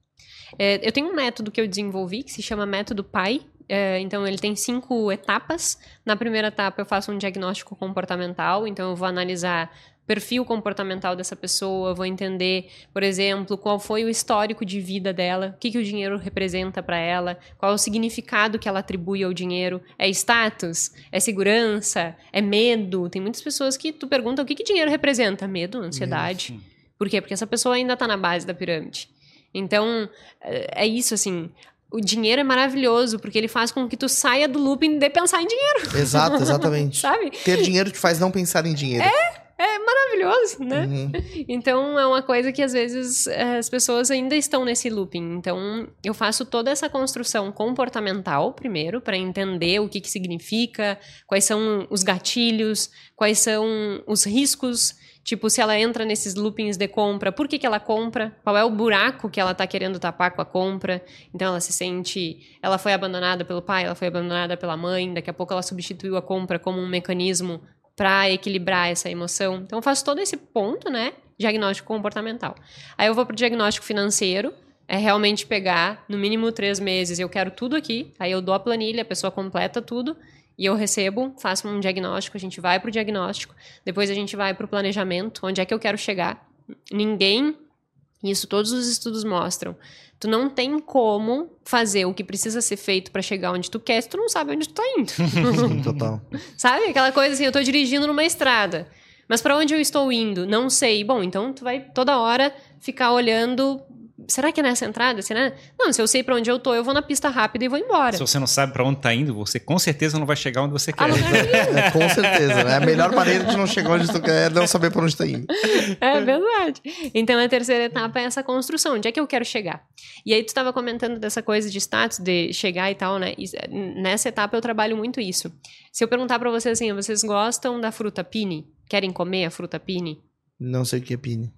Eu tenho um método que eu desenvolvi que se chama Método PAI. Então, ele tem 5 etapas. Na primeira etapa, eu faço um diagnóstico comportamental. Então, eu vou analisar perfil comportamental dessa pessoa, vou entender, por exemplo, qual foi o histórico de vida dela, o que o dinheiro representa para ela, qual é o significado que ela atribui ao dinheiro, é status, é segurança, é medo. Tem muitas pessoas que tu pergunta o que dinheiro representa, medo, ansiedade. Por quê? Porque essa pessoa ainda está na base da pirâmide. Então, é isso, assim... O dinheiro é maravilhoso, porque ele faz com que tu saia do looping de pensar em dinheiro. Exato, exatamente. Sabe? Ter dinheiro te faz não pensar em dinheiro. É maravilhoso, né? Então, é uma coisa que às vezes as pessoas ainda estão nesse looping. Então, eu faço toda essa construção comportamental primeiro, para entender o que significa, quais são os gatilhos, quais são os riscos. Tipo, se ela entra nesses loopings de compra, por que ela compra? Qual é o buraco que ela tá querendo tapar com a compra? Então, ela se sente... Ela foi abandonada pelo pai, ela foi abandonada pela mãe, daqui a pouco ela substituiu a compra como um mecanismo para equilibrar essa emoção. Então, eu faço todo esse ponto, né? Diagnóstico comportamental. Aí eu vou pro diagnóstico financeiro, é realmente pegar, no mínimo 3 meses, eu quero tudo aqui, aí eu dou a planilha, a pessoa completa tudo, e eu recebo, faço um diagnóstico, a gente vai pro diagnóstico, depois a gente vai pro planejamento, onde é que eu quero chegar. Ninguém, isso todos os estudos mostram, tu não tem como fazer o que precisa ser feito pra chegar onde tu quer se tu não sabe onde tu tá indo. Sim, total. Sabe? Aquela coisa assim, eu tô dirigindo numa estrada, mas pra onde eu estou indo? Não sei. Bom, então tu vai toda hora ficar olhando... Será que é nessa entrada? Será? Não, se eu sei pra onde eu tô, eu vou na pista rápida e vou embora. Se você não sabe pra onde tá indo, você com certeza não vai chegar onde você quer. Com certeza, né? A melhor maneira de não chegar onde tu quer é não saber pra onde tá indo. É verdade. Então, a terceira etapa é essa construção. Onde é que eu quero chegar? E aí, tu estava comentando dessa coisa de status, de chegar e tal, né? E nessa etapa, eu trabalho muito isso. Se eu perguntar pra vocês assim, vocês gostam da fruta pini? Querem comer a fruta pini? Não sei o que é pini.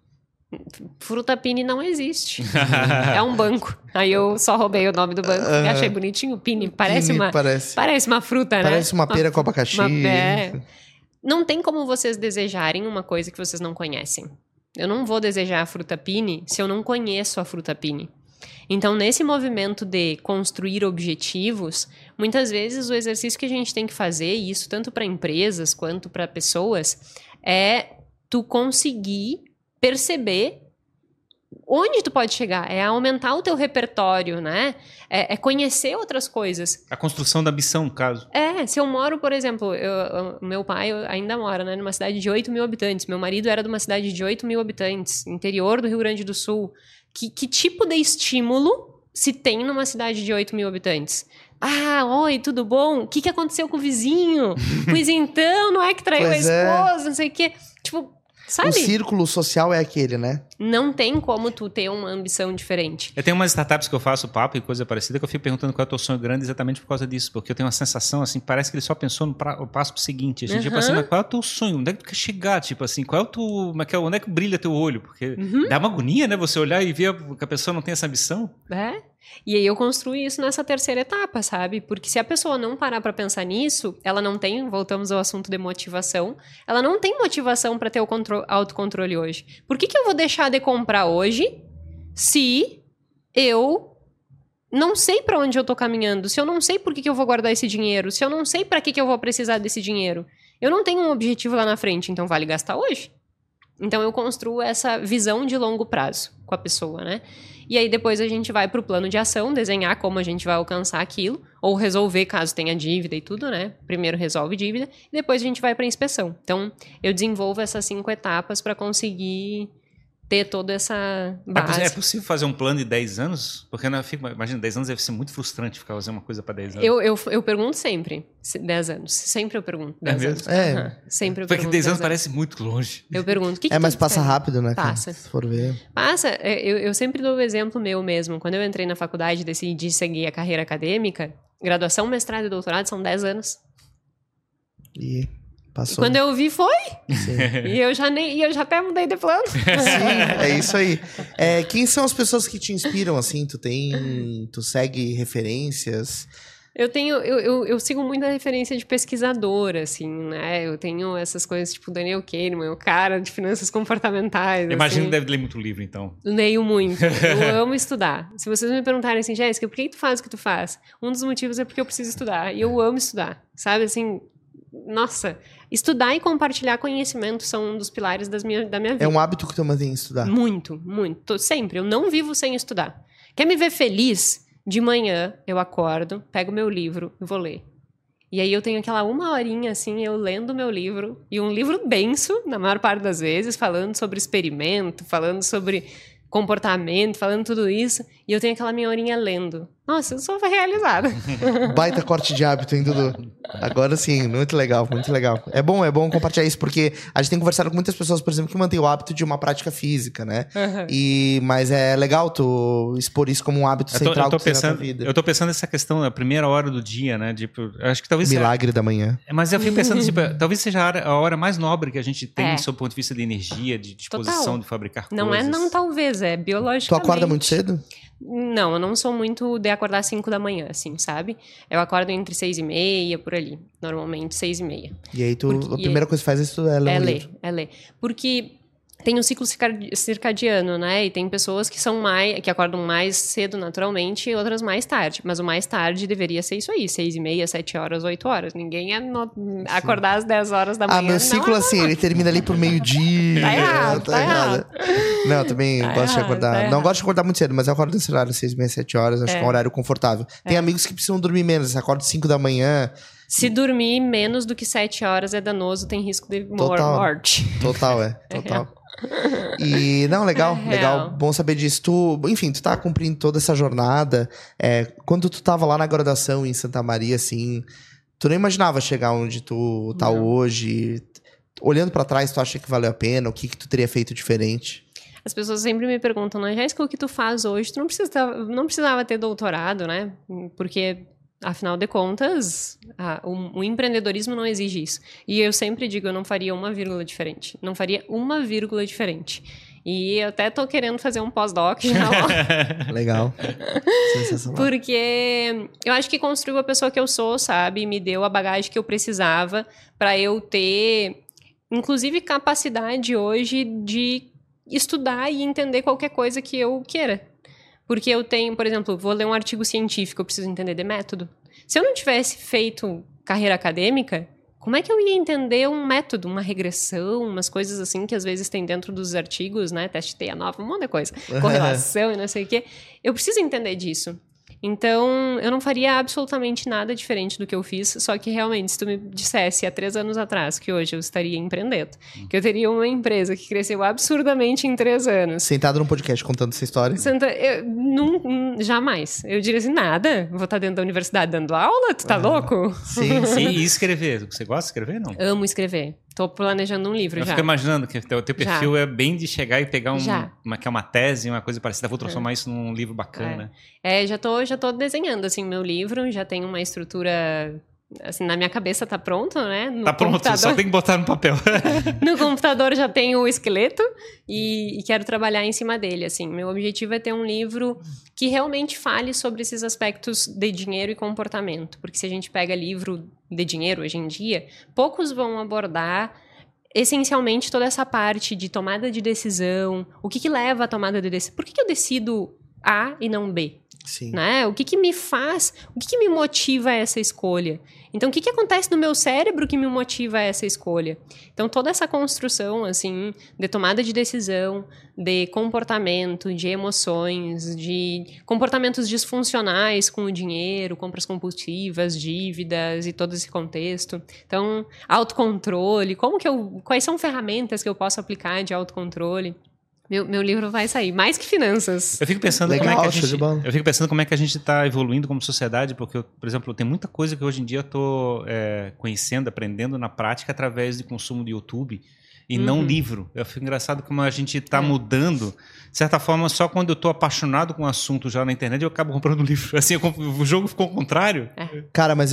Fruta Pini não existe. É um banco. Aí eu só roubei o nome do banco. Achei bonitinho. Pini. Parece uma fruta, né? Parece uma pera com abacaxi. Não tem como vocês desejarem uma coisa que vocês não conhecem. Eu não vou desejar a fruta Pini se eu não conheço a fruta Pini. Então, nesse movimento de construir objetivos, muitas vezes o exercício que a gente tem que fazer, e isso tanto para empresas quanto para pessoas, é tu conseguir perceber onde tu pode chegar, é aumentar o teu repertório, né? É conhecer outras coisas. A construção da ambição, no caso. Se eu moro, por exemplo, meu pai ainda mora, né, numa cidade de 8 mil habitantes, meu marido era de uma cidade de 8 mil habitantes, interior do Rio Grande do Sul. Que tipo de estímulo se tem numa cidade de 8 mil habitantes? Oi, tudo bom? O que aconteceu com o vizinho? Pois então, não é que traiu a esposa, não sei o quê. Tipo, sabe? O círculo social é aquele, né? Não tem como tu ter uma ambição diferente. Eu tenho umas startups que eu faço papo e coisa parecida que eu fico perguntando qual é o teu sonho grande exatamente por causa disso. Porque eu tenho uma sensação, assim, parece que ele só pensou no passo seguinte. Assim, tipo assim, mas qual é o teu sonho? Onde é que tu quer chegar? Tipo assim, qual é o teu... Onde é que brilha teu olho? Porque dá uma agonia, né? Você olhar e ver que a pessoa não tem essa ambição. E aí eu construí isso nessa terceira etapa, sabe? Porque se a pessoa não parar pra pensar nisso, ela não tem, voltamos ao assunto de motivação, ela não tem motivação pra ter o autocontrole hoje. Por que eu vou deixar de comprar hoje se eu não sei pra onde eu tô caminhando, se eu não sei por que eu vou guardar esse dinheiro, se eu não sei pra que eu vou precisar desse dinheiro? Eu não tenho um objetivo lá na frente, então vale gastar hoje. Então eu construo essa visão de longo prazo com a pessoa, né? E aí depois a gente vai pro plano de ação, desenhar como a gente vai alcançar aquilo, ou resolver caso tenha dívida e tudo, né? Primeiro resolve dívida, e depois a gente vai pra inspeção. Então eu desenvolvo essas 5 etapas para conseguir ter toda essa base. É possível fazer um plano de 10 anos? Porque imagina, 10 anos deve ser muito frustrante ficar fazendo uma coisa para 10 anos. Eu pergunto sempre, 10 anos. Sempre eu pergunto 10 anos. Sempre eu pergunto. Porque 10 anos parece muito longe. Eu pergunto, o que mas passa rápido, né? Passa. Se for ver. Passa. Eu sempre dou o exemplo meu mesmo. Quando eu entrei na faculdade e decidi seguir a carreira acadêmica, graduação, mestrado e doutorado são 10 anos. E passou. E quando eu vi, foi. Sim. E eu já até mudei de plano. Sim, é isso aí. Quem são as pessoas que te inspiram, assim? Tu segue referências? Eu sigo muita referência de pesquisadora, assim, né? Eu tenho essas coisas tipo Daniel Kahneman, o cara de finanças comportamentais. Imagino que assim. deve ler muito livro, então. Leio muito. Eu amo estudar. Se vocês me perguntarem assim, Jéssica, por que tu faz o que tu faz? Um dos motivos é porque eu preciso estudar. E eu amo estudar, sabe? Assim, nossa, estudar e compartilhar conhecimento são um dos pilares da minha vida. É um hábito que tu mantém estudar? Muito, muito. Sempre. Eu não vivo sem estudar. Quer me ver feliz? De manhã, eu acordo, pego meu livro e vou ler. E aí eu tenho aquela 1 horinha, assim, eu lendo meu livro. E um livro denso, na maior parte das vezes, falando sobre experimento, falando sobre comportamento, falando tudo isso. E eu tenho aquela minha horinha lendo. Nossa, eu sou realizada. Baita corte de hábito, hein, Dudu? Agora sim, muito legal, muito legal. É bom compartilhar isso, porque a gente tem conversado com muitas pessoas, por exemplo, que mantêm o hábito de uma prática física, né? Mas é legal tu expor isso como um hábito central que tem na tua vida. Eu tô pensando nessa questão da primeira hora do dia, né? Tipo, acho que talvez Milagre da manhã. Mas eu fico pensando, tipo, talvez seja a hora mais nobre que a gente tem, sob o ponto de vista de energia, de disposição. Total. De fabricar coisas. Não talvez, é biologicamente. Tu acorda muito cedo? Não, eu não sou muito de acordar às 5 da manhã, assim, sabe? Eu acordo entre 6h30, por ali. Normalmente, 6h30. E aí a primeira coisa que faz é estudar, ler um livro. É ler. Porque tem o ciclo circadiano, né? E tem pessoas que acordam mais cedo naturalmente e outras mais tarde. Mas o mais tarde deveria ser isso aí, 6h30, 7 horas, 8 horas. Ninguém é acordar às 10 horas da manhã. Meu ciclo, assim, ele termina ali por meio-dia. Tá errado. Não, eu também gosto de acordar. Não gosto de acordar muito cedo, mas eu acordo nesse horário, 6h30, 7 horas. Acho que é um horário confortável. Tem amigos que precisam dormir menos. Você acorda 5 da manhã. Se dormir menos do que 7 horas é danoso, tem risco de morte. Total. E, não, legal. Bom saber disso. Tu tá cumprindo toda essa jornada. Quando tu tava lá na graduação em Santa Maria, assim, tu não imaginava chegar onde tu tá hoje? Olhando pra trás, tu acha que valeu a pena? O que tu teria feito diferente? As pessoas sempre me perguntam, né, Jéssica, o que tu faz hoje? Tu não precisava ter doutorado, né? Porque, afinal de contas, o empreendedorismo não exige isso. E eu sempre digo, eu não faria uma vírgula diferente. Não faria uma vírgula diferente. E eu até tô querendo fazer um pós-doc já. Legal. Sensacional. Porque eu acho que construiu a pessoa que eu sou, sabe? Me deu a bagagem que eu precisava para eu ter, inclusive, capacidade hoje de estudar e entender qualquer coisa que eu queira. Porque eu tenho, por exemplo, vou ler um artigo científico, eu preciso entender de método. Se eu não tivesse feito carreira acadêmica, como é que eu ia entender um método, uma regressão, umas coisas assim que às vezes tem dentro dos artigos, né? Teste TEA9, um monte de coisa. Correlação e não sei o quê. Eu preciso entender disso. Então, eu não faria absolutamente nada diferente do que eu fiz, só que realmente, se tu me dissesse há 3 anos atrás que hoje eu estaria empreendendo, que eu teria uma empresa que cresceu absurdamente em 3 anos. Sentado num podcast contando essa história. Jamais. Eu diria assim, nada, vou estar dentro da universidade dando aula, tu tá louco? Sim, sim. E escrever, você gosta de escrever, não? Amo escrever. Tô planejando um livro eu já. Eu fico imaginando que o teu perfil é bem de chegar e pegar uma tese, uma coisa parecida. Vou transformar isso num livro bacana. Já tô desenhando, assim, meu livro. Já tem uma estrutura... Assim, na minha cabeça tá pronto, né? Tá pronto, só tem que botar no papel. No computador já tem o esqueleto e quero trabalhar em cima dele, assim. Meu objetivo é ter um livro que realmente fale sobre esses aspectos de dinheiro e comportamento. Porque se a gente pega livro de dinheiro hoje em dia, poucos vão abordar essencialmente toda essa parte de tomada de decisão. O que leva à tomada de decisão? Por que eu decido A e não B? Sim. Né? O que me faz, o que me motiva a essa escolha? Então, o que acontece no meu cérebro que me motiva a essa escolha? Então, toda essa construção, assim, de tomada de decisão, de comportamento, de emoções, de comportamentos disfuncionais com o dinheiro, compras compulsivas, dívidas e todo esse contexto. Então, autocontrole, quais são ferramentas que eu posso aplicar de autocontrole? Meu livro vai sair, mais que finanças. Eu fico pensando como é que a gente está evoluindo como sociedade, porque, por exemplo, tem muita coisa que hoje em dia eu estou conhecendo, aprendendo na prática através de consumo de YouTube e não livro. Eu fico engraçado como a gente está mudando. De certa forma, só quando eu estou apaixonado com um assunto já na internet, eu acabo comprando livro. Assim, o jogo ficou ao contrário. Cara, mas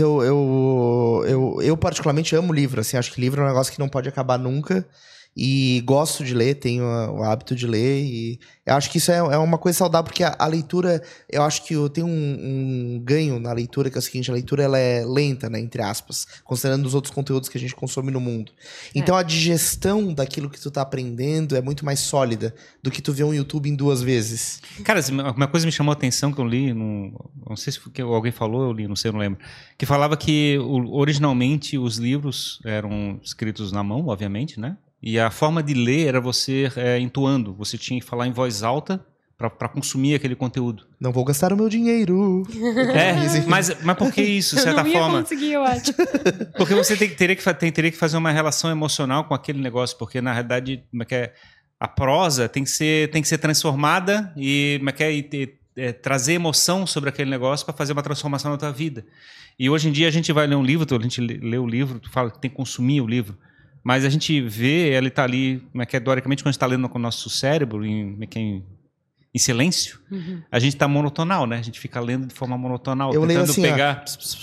eu particularmente amo livro. Assim, acho que livro é um negócio que não pode acabar nunca. E gosto de ler, tenho o hábito de ler e eu acho que isso é uma coisa saudável, porque a leitura, eu acho que eu tenho um ganho na leitura, que é o seguinte, a leitura ela é lenta, né, entre aspas, considerando os outros conteúdos que a gente consome no mundo. Então a digestão daquilo que tu tá aprendendo é muito mais sólida do que tu ver um YouTube em 2 vezes. Cara, uma coisa me chamou a atenção que eu li, não sei se foi que alguém falou, eu li, não sei, eu não lembro, que falava que originalmente os livros eram escritos na mão, obviamente, né? E a forma de ler era você entoando. Você tinha que falar em voz alta para consumir aquele conteúdo. Não vou gastar o meu dinheiro. Mas por que isso, de certa forma? Eu não ia conseguir, eu acho. Porque você teria que fazer uma relação emocional com aquele negócio. Porque, na realidade, a prosa tem que ser transformada e trazer emoção sobre aquele negócio para fazer uma transformação na tua vida. E hoje em dia a gente vai ler um livro, a gente lê o livro, tu fala que tem que consumir o livro. Mas a gente vê, ele está ali, teoricamente, quando a gente está lendo com o nosso cérebro, em silêncio, a gente está monotonal, né? A gente fica lendo de forma monotonal, eu tentando assim, pegar...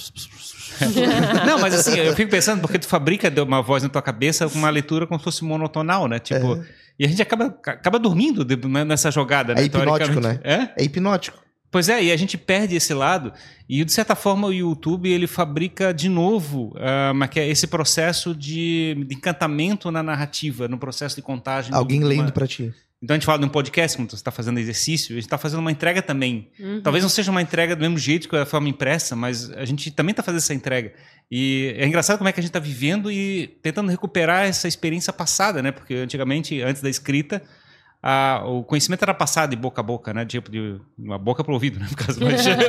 Não, mas assim, eu fico pensando, porque tu fabrica uma voz na tua cabeça com uma leitura como se fosse monotonal, né? Tipo, e a gente acaba dormindo nessa jogada, né? É hipnótico, né? É hipnótico. Pois é, e a gente perde esse lado e, de certa forma, o YouTube ele fabrica de novo esse processo de encantamento na narrativa, no processo de contagem. Alguém lendo para ti. Então a gente fala de um podcast, como você está fazendo exercício, a gente está fazendo uma entrega também. Talvez não seja uma entrega do mesmo jeito que a forma impressa, mas a gente também está fazendo essa entrega. E é engraçado como é que a gente está vivendo e tentando recuperar essa experiência passada, né? Porque antigamente, antes da escrita, o conhecimento era passado de boca a boca, né? Tipo, de uma boca para o ouvido, né? No caso,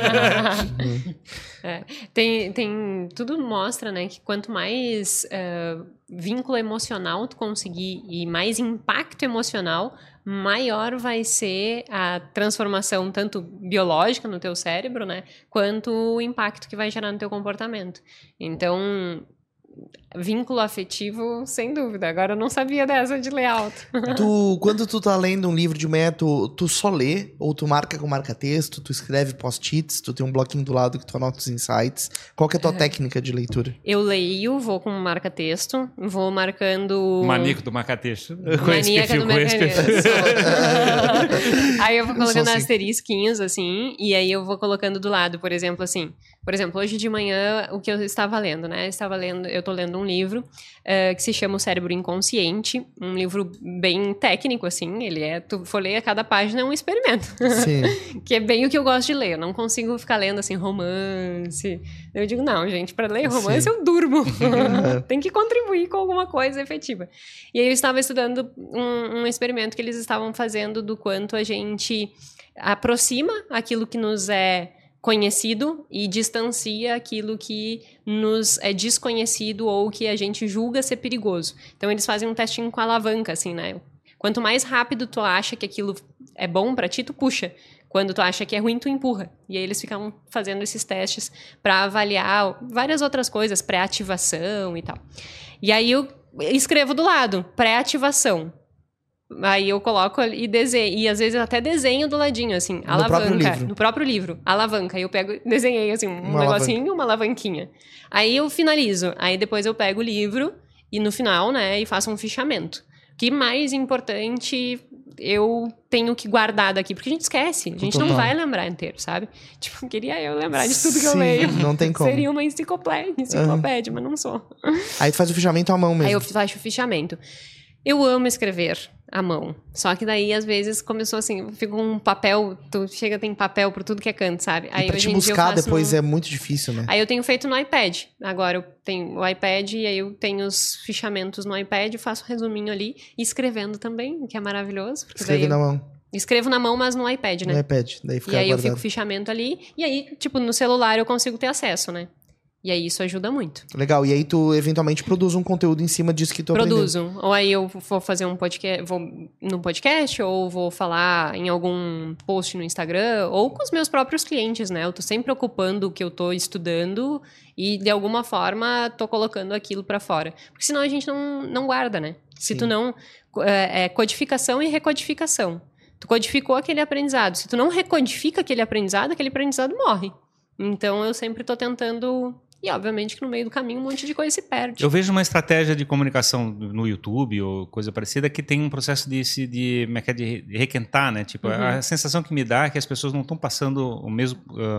tudo mostra, né, que quanto mais vínculo emocional tu conseguir e mais impacto emocional, maior vai ser a transformação tanto biológica no teu cérebro, né, quanto o impacto que vai gerar no teu comportamento. Então, vínculo afetivo, sem dúvida. Agora eu não sabia dessa de ler alto. Quando tu tá lendo um livro de manhã, tu só lê? Ou tu marca com marca-texto? Tu escreve post-its? Tu tem um bloquinho do lado que tu anota os insights? Qual que é a tua técnica de leitura? Eu leio, vou com marca-texto, vou marcando... Maníaco do marca-texto. Maníaca do marca-texto. Aí eu vou colocando asterisquinhos, assim, e aí eu vou colocando do lado, por exemplo, assim, Por exemplo, hoje de manhã, o que eu estava lendo, né? Eu tô lendo um livro que se chama O Cérebro Inconsciente, um livro bem técnico, assim, tu folheia cada página é um experimento. Sim. Que é bem o que eu gosto de ler. Eu não consigo ficar lendo, assim, romance. Eu digo, não, gente, para ler romance Sim. eu durmo. Tem que contribuir com alguma coisa efetiva. E aí eu estava estudando um experimento que eles estavam fazendo do quanto a gente aproxima aquilo que nos é conhecido e distancia aquilo que nos é desconhecido ou que a gente julga ser perigoso. Então, eles fazem um testinho com alavanca, assim, né? Quanto mais rápido tu acha que aquilo é bom pra ti, tu puxa. Quando tu acha que é ruim, tu empurra. E aí eles ficam fazendo esses testes pra avaliar várias outras coisas, pré-ativação e tal. E aí eu escrevo do lado, pré-ativação. Aí eu coloco e desenho, e às vezes eu até desenho do ladinho, assim, alavanca, no próprio livro, alavanca, aí eu pego, desenhei assim, um negocinho, uma alavanquinha. Aí eu finalizo, aí depois eu pego o livro e no final, né, e faço um fichamento. O que mais importante eu tenho que guardar daqui, porque a gente esquece, a gente não vai lembrar inteiro, sabe? Tipo, queria eu lembrar de tudo que eu leio. Não tem como. Seria uma enciclopédia, mas não sou. Aí tu faz o fichamento à mão mesmo. Aí eu faço o fichamento. Eu amo escrever à mão. Só que daí, às vezes, começou assim, fica um papel, tu chega, tem papel por tudo que é canto, sabe? Aí, e pra te buscar depois é muito difícil, né? Aí eu tenho feito no iPad. Agora eu tenho o iPad e aí eu tenho os fichamentos no iPad, faço um resuminho ali e escrevendo também, que é maravilhoso. Escreve na mão. Escrevo na mão, mas no iPad, né? No iPad, daí fica E aí guardado. eu fico fichamento ali, e aí, tipo, no celular eu consigo ter acesso, né? E aí isso ajuda muito. Legal. E aí tu eventualmente produz um conteúdo em cima disso que tu aprendeu. Produzo. Ou aí eu vou fazer um podcast, vou num podcast, ou vou falar em algum post no Instagram, ou com os meus próprios clientes, né? Eu tô sempre ocupando o que eu tô estudando e, de alguma forma, tô colocando aquilo pra fora. Porque senão a gente não guarda, né? Se tu não... codificação e recodificação. Tu codificou aquele aprendizado. Se tu não recodifica aquele aprendizado morre. Então, eu sempre tô tentando... E, obviamente, que no meio do caminho um monte de coisa se perde. Eu vejo uma estratégia de comunicação no YouTube ou coisa parecida que tem um processo de requentar, né? Tipo, a sensação que me dá é que as pessoas não estão passando o mesmo...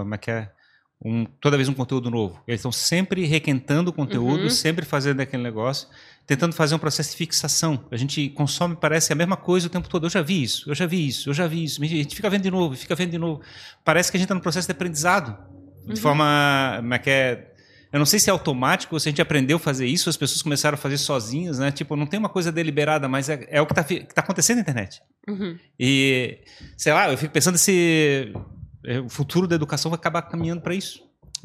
toda vez um conteúdo novo. Eles estão sempre requentando o conteúdo, sempre fazendo aquele negócio, tentando fazer um processo de fixação. A gente consome, parece, a mesma coisa o tempo todo. Eu já vi isso. A gente fica vendo de novo, Parece que a gente está no processo de aprendizado. De forma... Eu não sei se é automático ou se a gente aprendeu a fazer isso, as pessoas começaram a fazer sozinhas, né? Tipo, não tem uma coisa deliberada, mas é o que tá acontecendo na internet. E, sei lá, eu fico pensando se o futuro da educação vai acabar caminhando para isso.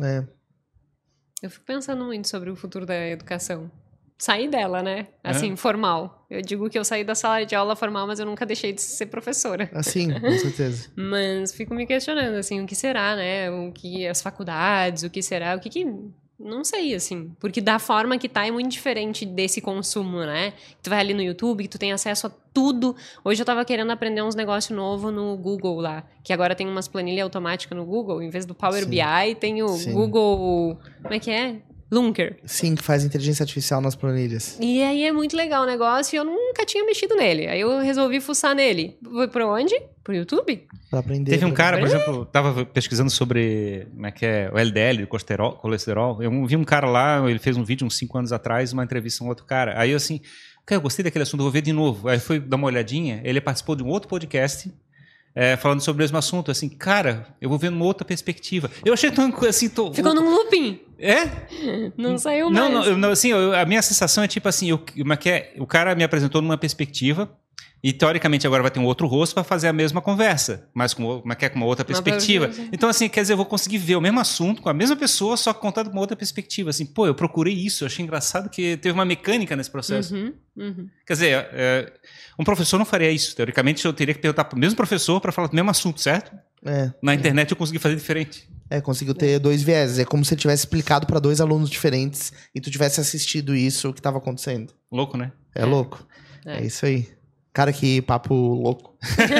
Eu fico pensando muito sobre o futuro da educação. Sair dela, né? Assim, formal. Eu digo que eu saí da sala de aula formal, mas eu nunca deixei de ser professora. Assim, com certeza. Mas fico me questionando, assim, o que será, né? O que as faculdades, o que será, o que... Não sei, assim. Porque da forma que tá é muito diferente desse consumo, né? Tu vai ali no YouTube, que tu tem acesso a tudo. Hoje eu tava querendo aprender uns negócios novos no Google lá. Que agora tem umas planilhas automáticas no Google. Em vez do Power BI, tem o Google... Como é que é? Looker. Sim, que faz inteligência artificial nas planilhas. E aí é muito legal o negócio e eu nunca tinha mexido nele. Aí eu resolvi fuçar nele. Foi pra onde? Pro YouTube? Pra aprender. Teve um cara, por exemplo, tava pesquisando sobre o LDL, colesterol. Eu vi um cara lá, ele fez um vídeo uns 5 anos atrás, uma entrevista com outro cara. Aí eu assim, eu gostei daquele assunto, eu vou ver de novo. Aí fui dar uma olhadinha, ele participou de um outro podcast... falando sobre o mesmo assunto, assim, cara, eu vou ver numa outra perspectiva. Eu achei tão assim... Ficou num looping. Não saiu mais. Não, assim, a minha sensação é tipo assim, o cara me apresentou numa perspectiva e teoricamente agora vai ter um outro rosto para fazer a mesma conversa, mas com uma outra perspectiva. Então, assim, quer dizer, eu vou conseguir ver o mesmo assunto com a mesma pessoa, só que contado com uma outra perspectiva. Assim, pô, eu procurei isso, eu achei engraçado que teve uma mecânica nesse processo. Quer dizer, um professor não faria isso. Teoricamente, eu teria que perguntar para o mesmo professor para falar do mesmo assunto, certo? Na internet eu consegui fazer diferente. Conseguiu ter 2 vieses. É como se ele tivesse explicado para 2 alunos diferentes e tu tivesse assistido isso, o que estava acontecendo. Louco, né? É louco. É isso aí. Cara, que papo louco.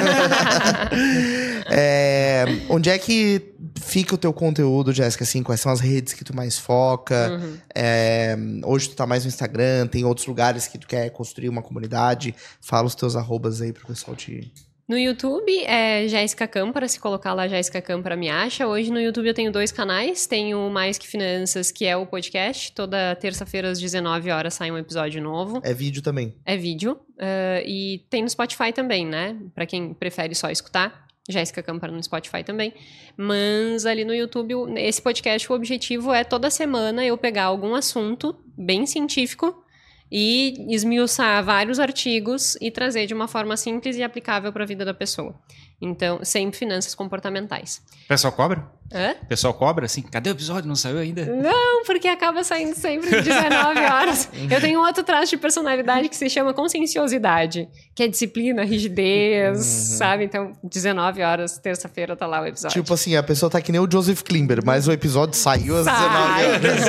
Onde é que fica o teu conteúdo, Jéssica? Assim, quais são as redes que tu mais foca? Hoje tu tá mais no Instagram, tem outros lugares que tu quer construir uma comunidade. Fala os teus arrobas aí pro pessoal te... No YouTube é Jéssica Câmpara, se colocar lá Jéssica Câmpara me acha. Hoje no YouTube eu tenho 2 canais, tenho o Mais Que Finanças, que é o podcast, toda terça-feira às 19 horas sai um episódio novo. É vídeo também. É vídeo, e tem no Spotify também, né? Pra quem prefere só escutar, Jéssica Câmpara no Spotify também. Mas ali no YouTube, esse podcast, o objetivo é toda semana eu pegar algum assunto bem científico e esmiuçar vários artigos e trazer de uma forma simples e aplicável para a vida da pessoa. Então, sempre finanças comportamentais. O pessoal cobra? Hã? O pessoal cobra, assim, cadê o episódio? Não saiu ainda? Não, porque acaba saindo sempre às 19 horas. Eu tenho um outro traço de personalidade que se chama conscienciosidade, que é disciplina, rigidez, sabe? Então, 19 horas, terça-feira, tá lá o episódio. Tipo assim, a pessoa tá que nem o Joseph Klimber, mas o episódio saiu às 19 horas.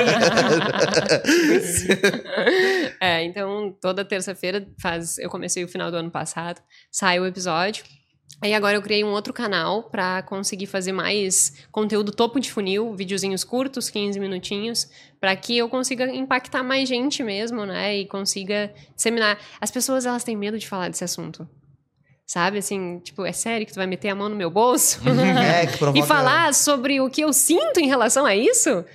Então, toda terça-feira, eu comecei o final do ano passado, sai o episódio. Aí agora eu criei um outro canal para conseguir fazer mais conteúdo topo de funil, videozinhos curtos, 15 minutinhos, para que eu consiga impactar mais gente mesmo, né? E consiga disseminar. As pessoas, elas têm medo de falar desse assunto. Sabe, assim, tipo, é sério que tu vai meter a mão no meu bolso? Que provoca... E falar sobre o que eu sinto em relação a isso?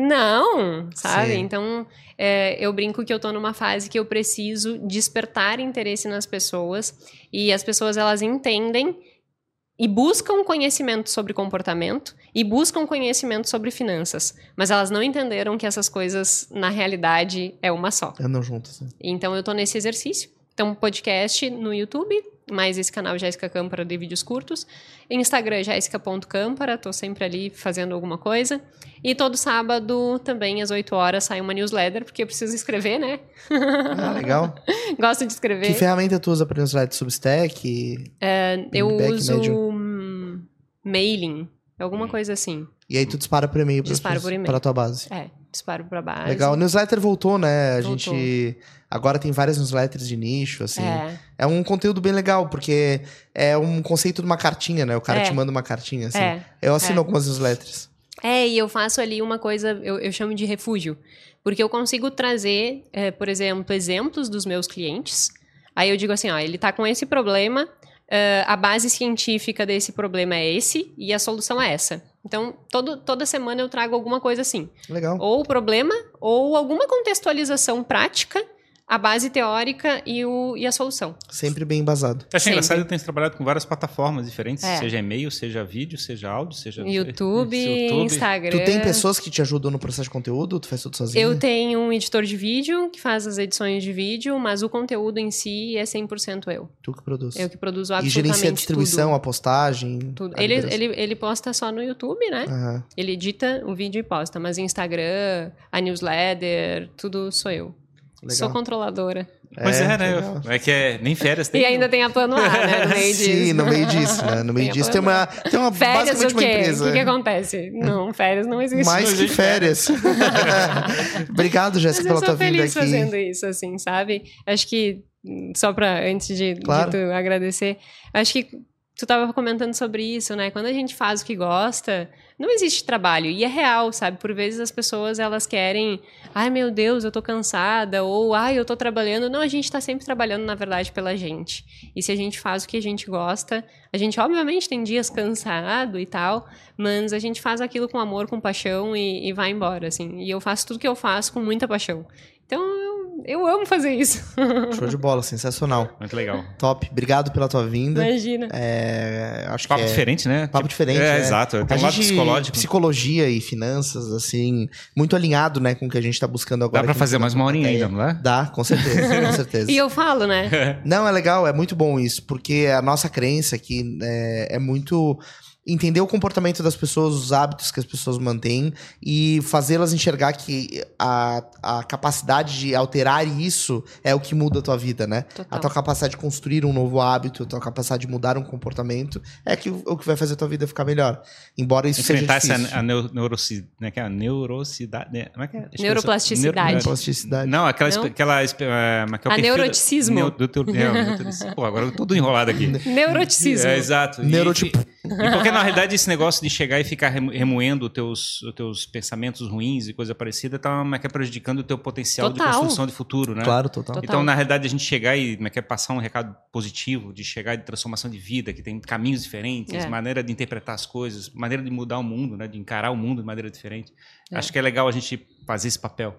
Não, sabe? Sim. Então, eu brinco que eu tô numa fase que eu preciso despertar interesse nas pessoas e as pessoas, elas entendem e buscam conhecimento sobre comportamento e buscam conhecimento sobre finanças, mas elas não entenderam que essas coisas, na realidade, é uma só. Andam juntas. Né? Então, eu tô nesse exercício. Então, podcast no YouTube, mais esse canal Jéssica Câmpara de vídeos curtos. Instagram, jéssica.câmpara, tô sempre ali fazendo alguma coisa. E todo sábado, também, às 8 horas, sai uma newsletter, porque eu preciso escrever, né? Ah, legal. Gosto de escrever. Que ferramenta tu usa para newsletter? Substack? Eu uso mailing, alguma coisa assim. E aí tu dispara por e-mail para a tua base. Disparo pra base. Legal. O newsletter voltou, né? Voltou. Gente agora tem várias newsletters de nicho, assim. É um conteúdo bem legal, porque é um conceito de uma cartinha, né? O cara te manda uma cartinha, assim. Eu assino algumas newsletters. E eu faço ali uma coisa, eu chamo de refúgio. Porque eu consigo trazer, por exemplo, exemplos dos meus clientes. Aí eu digo assim, ó, ele tá com esse problema, a base científica desse problema é esse e a solução é essa. Então, toda semana eu trago alguma coisa assim. Legal. Ou o problema, ou alguma contextualização prática, a base teórica e a solução. Sempre bem embasado. Achei engraçado que eu tenho trabalhado com várias plataformas diferentes, seja e-mail, seja vídeo, seja áudio, seja... YouTube, Instagram. Tu tem pessoas que te ajudam no processo de conteúdo? Tu faz tudo sozinho? Eu tenho um editor de vídeo que faz as edições de vídeo, mas o conteúdo em si é 100% eu. Tu que produz. Eu que produzo absolutamente tudo. E gerencia a distribuição, a postagem? Tudo. Ele posta só no YouTube, né? Uhum. Ele edita o vídeo e posta, mas o Instagram, a newsletter, tudo sou eu. Legal. Sou controladora. Pois né? É que nem férias tem. E ainda tem a Plano A, né? No meio disso. Sim, no meio disso, né? No meio disso tem uma férias, basicamente o quê? uma empresa. O que acontece? Não, férias não existe. Mais que férias. Obrigado, Jéssica, pela tua vinda aqui. Eu sou feliz fazendo isso, assim, sabe? Acho que, só pra, antes de tu agradecer, acho que tu tava comentando sobre isso, né? Quando a gente faz o que gosta, não existe trabalho. E é real, sabe? Por vezes as pessoas, elas querem... Ai, meu Deus, eu tô cansada. Ou, ai, eu tô trabalhando. Não, a gente tá sempre trabalhando, na verdade, pela gente. E se a gente faz o que a gente gosta... A gente, obviamente, tem dias cansado e tal. Mas a gente faz aquilo com amor, com paixão e vai embora, assim. E eu faço tudo que eu faço com muita paixão. Então, eu amo fazer isso. Show de bola, sensacional. Muito legal. Top. Obrigado pela tua vinda. Imagina. Acho papo que diferente, né? Papo diferente, exato. Tem um lado psicológico. Psicologia e finanças, assim, muito alinhado, né, com o que a gente tá buscando agora. Dá pra fazer mais uma horinha ainda, não é? Dá, com certeza, com certeza. E eu falo, né? Não, é legal, é muito bom isso, porque a nossa crença aqui é muito... entender o comportamento das pessoas, os hábitos que as pessoas mantêm e fazê-las enxergar que a capacidade de alterar isso é o que muda a tua vida, né? Total. A tua capacidade de construir um novo hábito, a tua capacidade de mudar um comportamento é o que vai fazer a tua vida ficar melhor. Embora isso seja difícil. A neurocidade. Como é que é? Como é que é? Neuroplasticidade. Neuroplasticidade. Não, neuroticismo. Pô, agora eu tô todo enrolado aqui. Neuroticismo. Exato. E porque, na realidade, esse negócio de chegar e ficar remoendo os teus pensamentos ruins e coisa parecida tá prejudicando o teu potencial de construção de futuro, né? Claro, total. Então, na realidade, a gente chegar e passar um recado positivo, de chegar de transformação de vida, que tem caminhos diferentes, maneira de interpretar as coisas, maneira de mudar o mundo, né? De encarar o mundo de maneira diferente. Acho que é legal a gente fazer esse papel.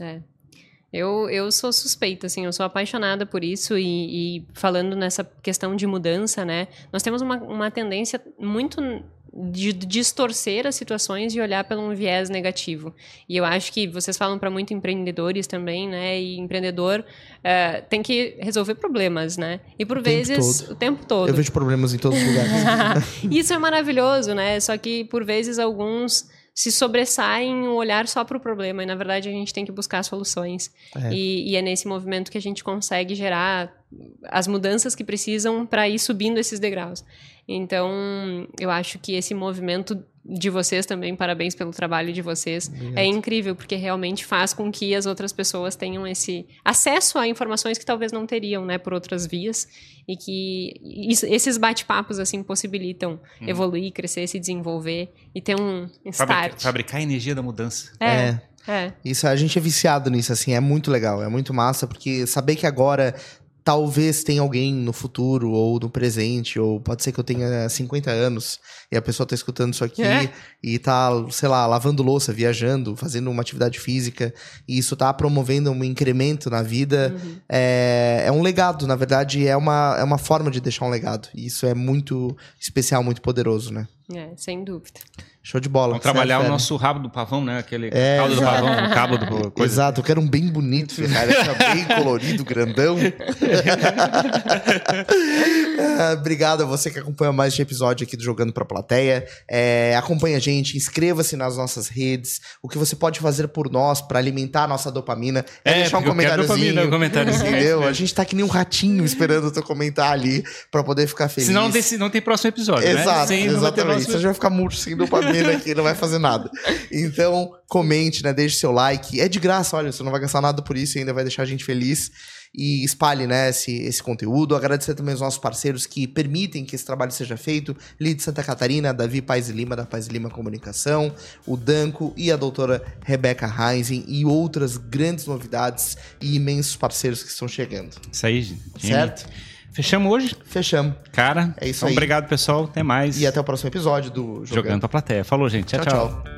Eu sou suspeita, assim, eu sou apaixonada por isso e falando nessa questão de mudança, né? Nós temos uma tendência muito de distorcer as situações e olhar pelo um viés negativo. E eu acho que vocês falam para muitos empreendedores também, né? E empreendedor tem que resolver problemas, né? E por vezes... O tempo todo. Eu vejo problemas em todos os lugares. Isso é maravilhoso, né? Só que por vezes alguns se sobressaem um olhar só para o problema. E, na verdade, a gente tem que buscar soluções. E é nesse movimento que a gente consegue gerar as mudanças que precisam para ir subindo esses degraus. Então, eu acho que esse movimento de vocês também, parabéns pelo trabalho de vocês, é incrível, porque realmente faz com que as outras pessoas tenham esse acesso a informações que talvez não teriam, né, por outras vias, e que esses bate-papos, assim, possibilitam evoluir, crescer, se desenvolver e ter um start. Fabricar a energia da mudança. Isso, a gente é viciado nisso, assim, é muito legal, é muito massa, porque saber que agora talvez tenha alguém no futuro ou no presente, ou pode ser que eu tenha 50 anos e a pessoa tá escutando isso aqui e tá, sei lá, lavando louça, viajando, fazendo uma atividade física, e isso tá promovendo um incremento na vida. É um legado, na verdade, é uma forma de deixar um legado. E isso é muito especial, muito poderoso, né? Sem dúvida. Show de bola. Vamos trabalhar o nosso rabo do pavão, né? Aquele caldo do pavão, o cabo do coisa. Exato, eu quero um bem bonito, Ferrari, bem colorido, grandão. Obrigado a você que acompanha mais este episódio aqui do Jogando Pra Plateia. Acompanha a gente, inscreva-se nas nossas redes. O que você pode fazer por nós pra alimentar a nossa dopamina deixar um comentáriozinho. Entendeu? A gente tá que nem um ratinho esperando o teu comentário ali pra poder ficar feliz. Senão não tem próximo episódio, Exato, né? Exatamente. Você já vai ficar murcho sem dopamina aqui, não vai fazer nada. Então, comente, né? Deixe seu like. É de graça, olha, você não vai gastar nada por isso e ainda vai deixar a gente feliz. E espalhe, né, esse conteúdo. Agradecer também aos nossos parceiros que permitem que esse trabalho seja feito. Lide Santa Catarina, Davi Paes e Lima, da Paes e Lima Comunicação, o Danco e a doutora Rebeca Heinzen e outras grandes novidades e imensos parceiros que estão chegando. Isso aí, gente. Certo? Fechamos hoje? Fechamos. Cara, é isso aí. Obrigado, pessoal. Até mais. E até o próximo episódio do Jogando Pra Plateia. Falou, gente. Tchau, tchau.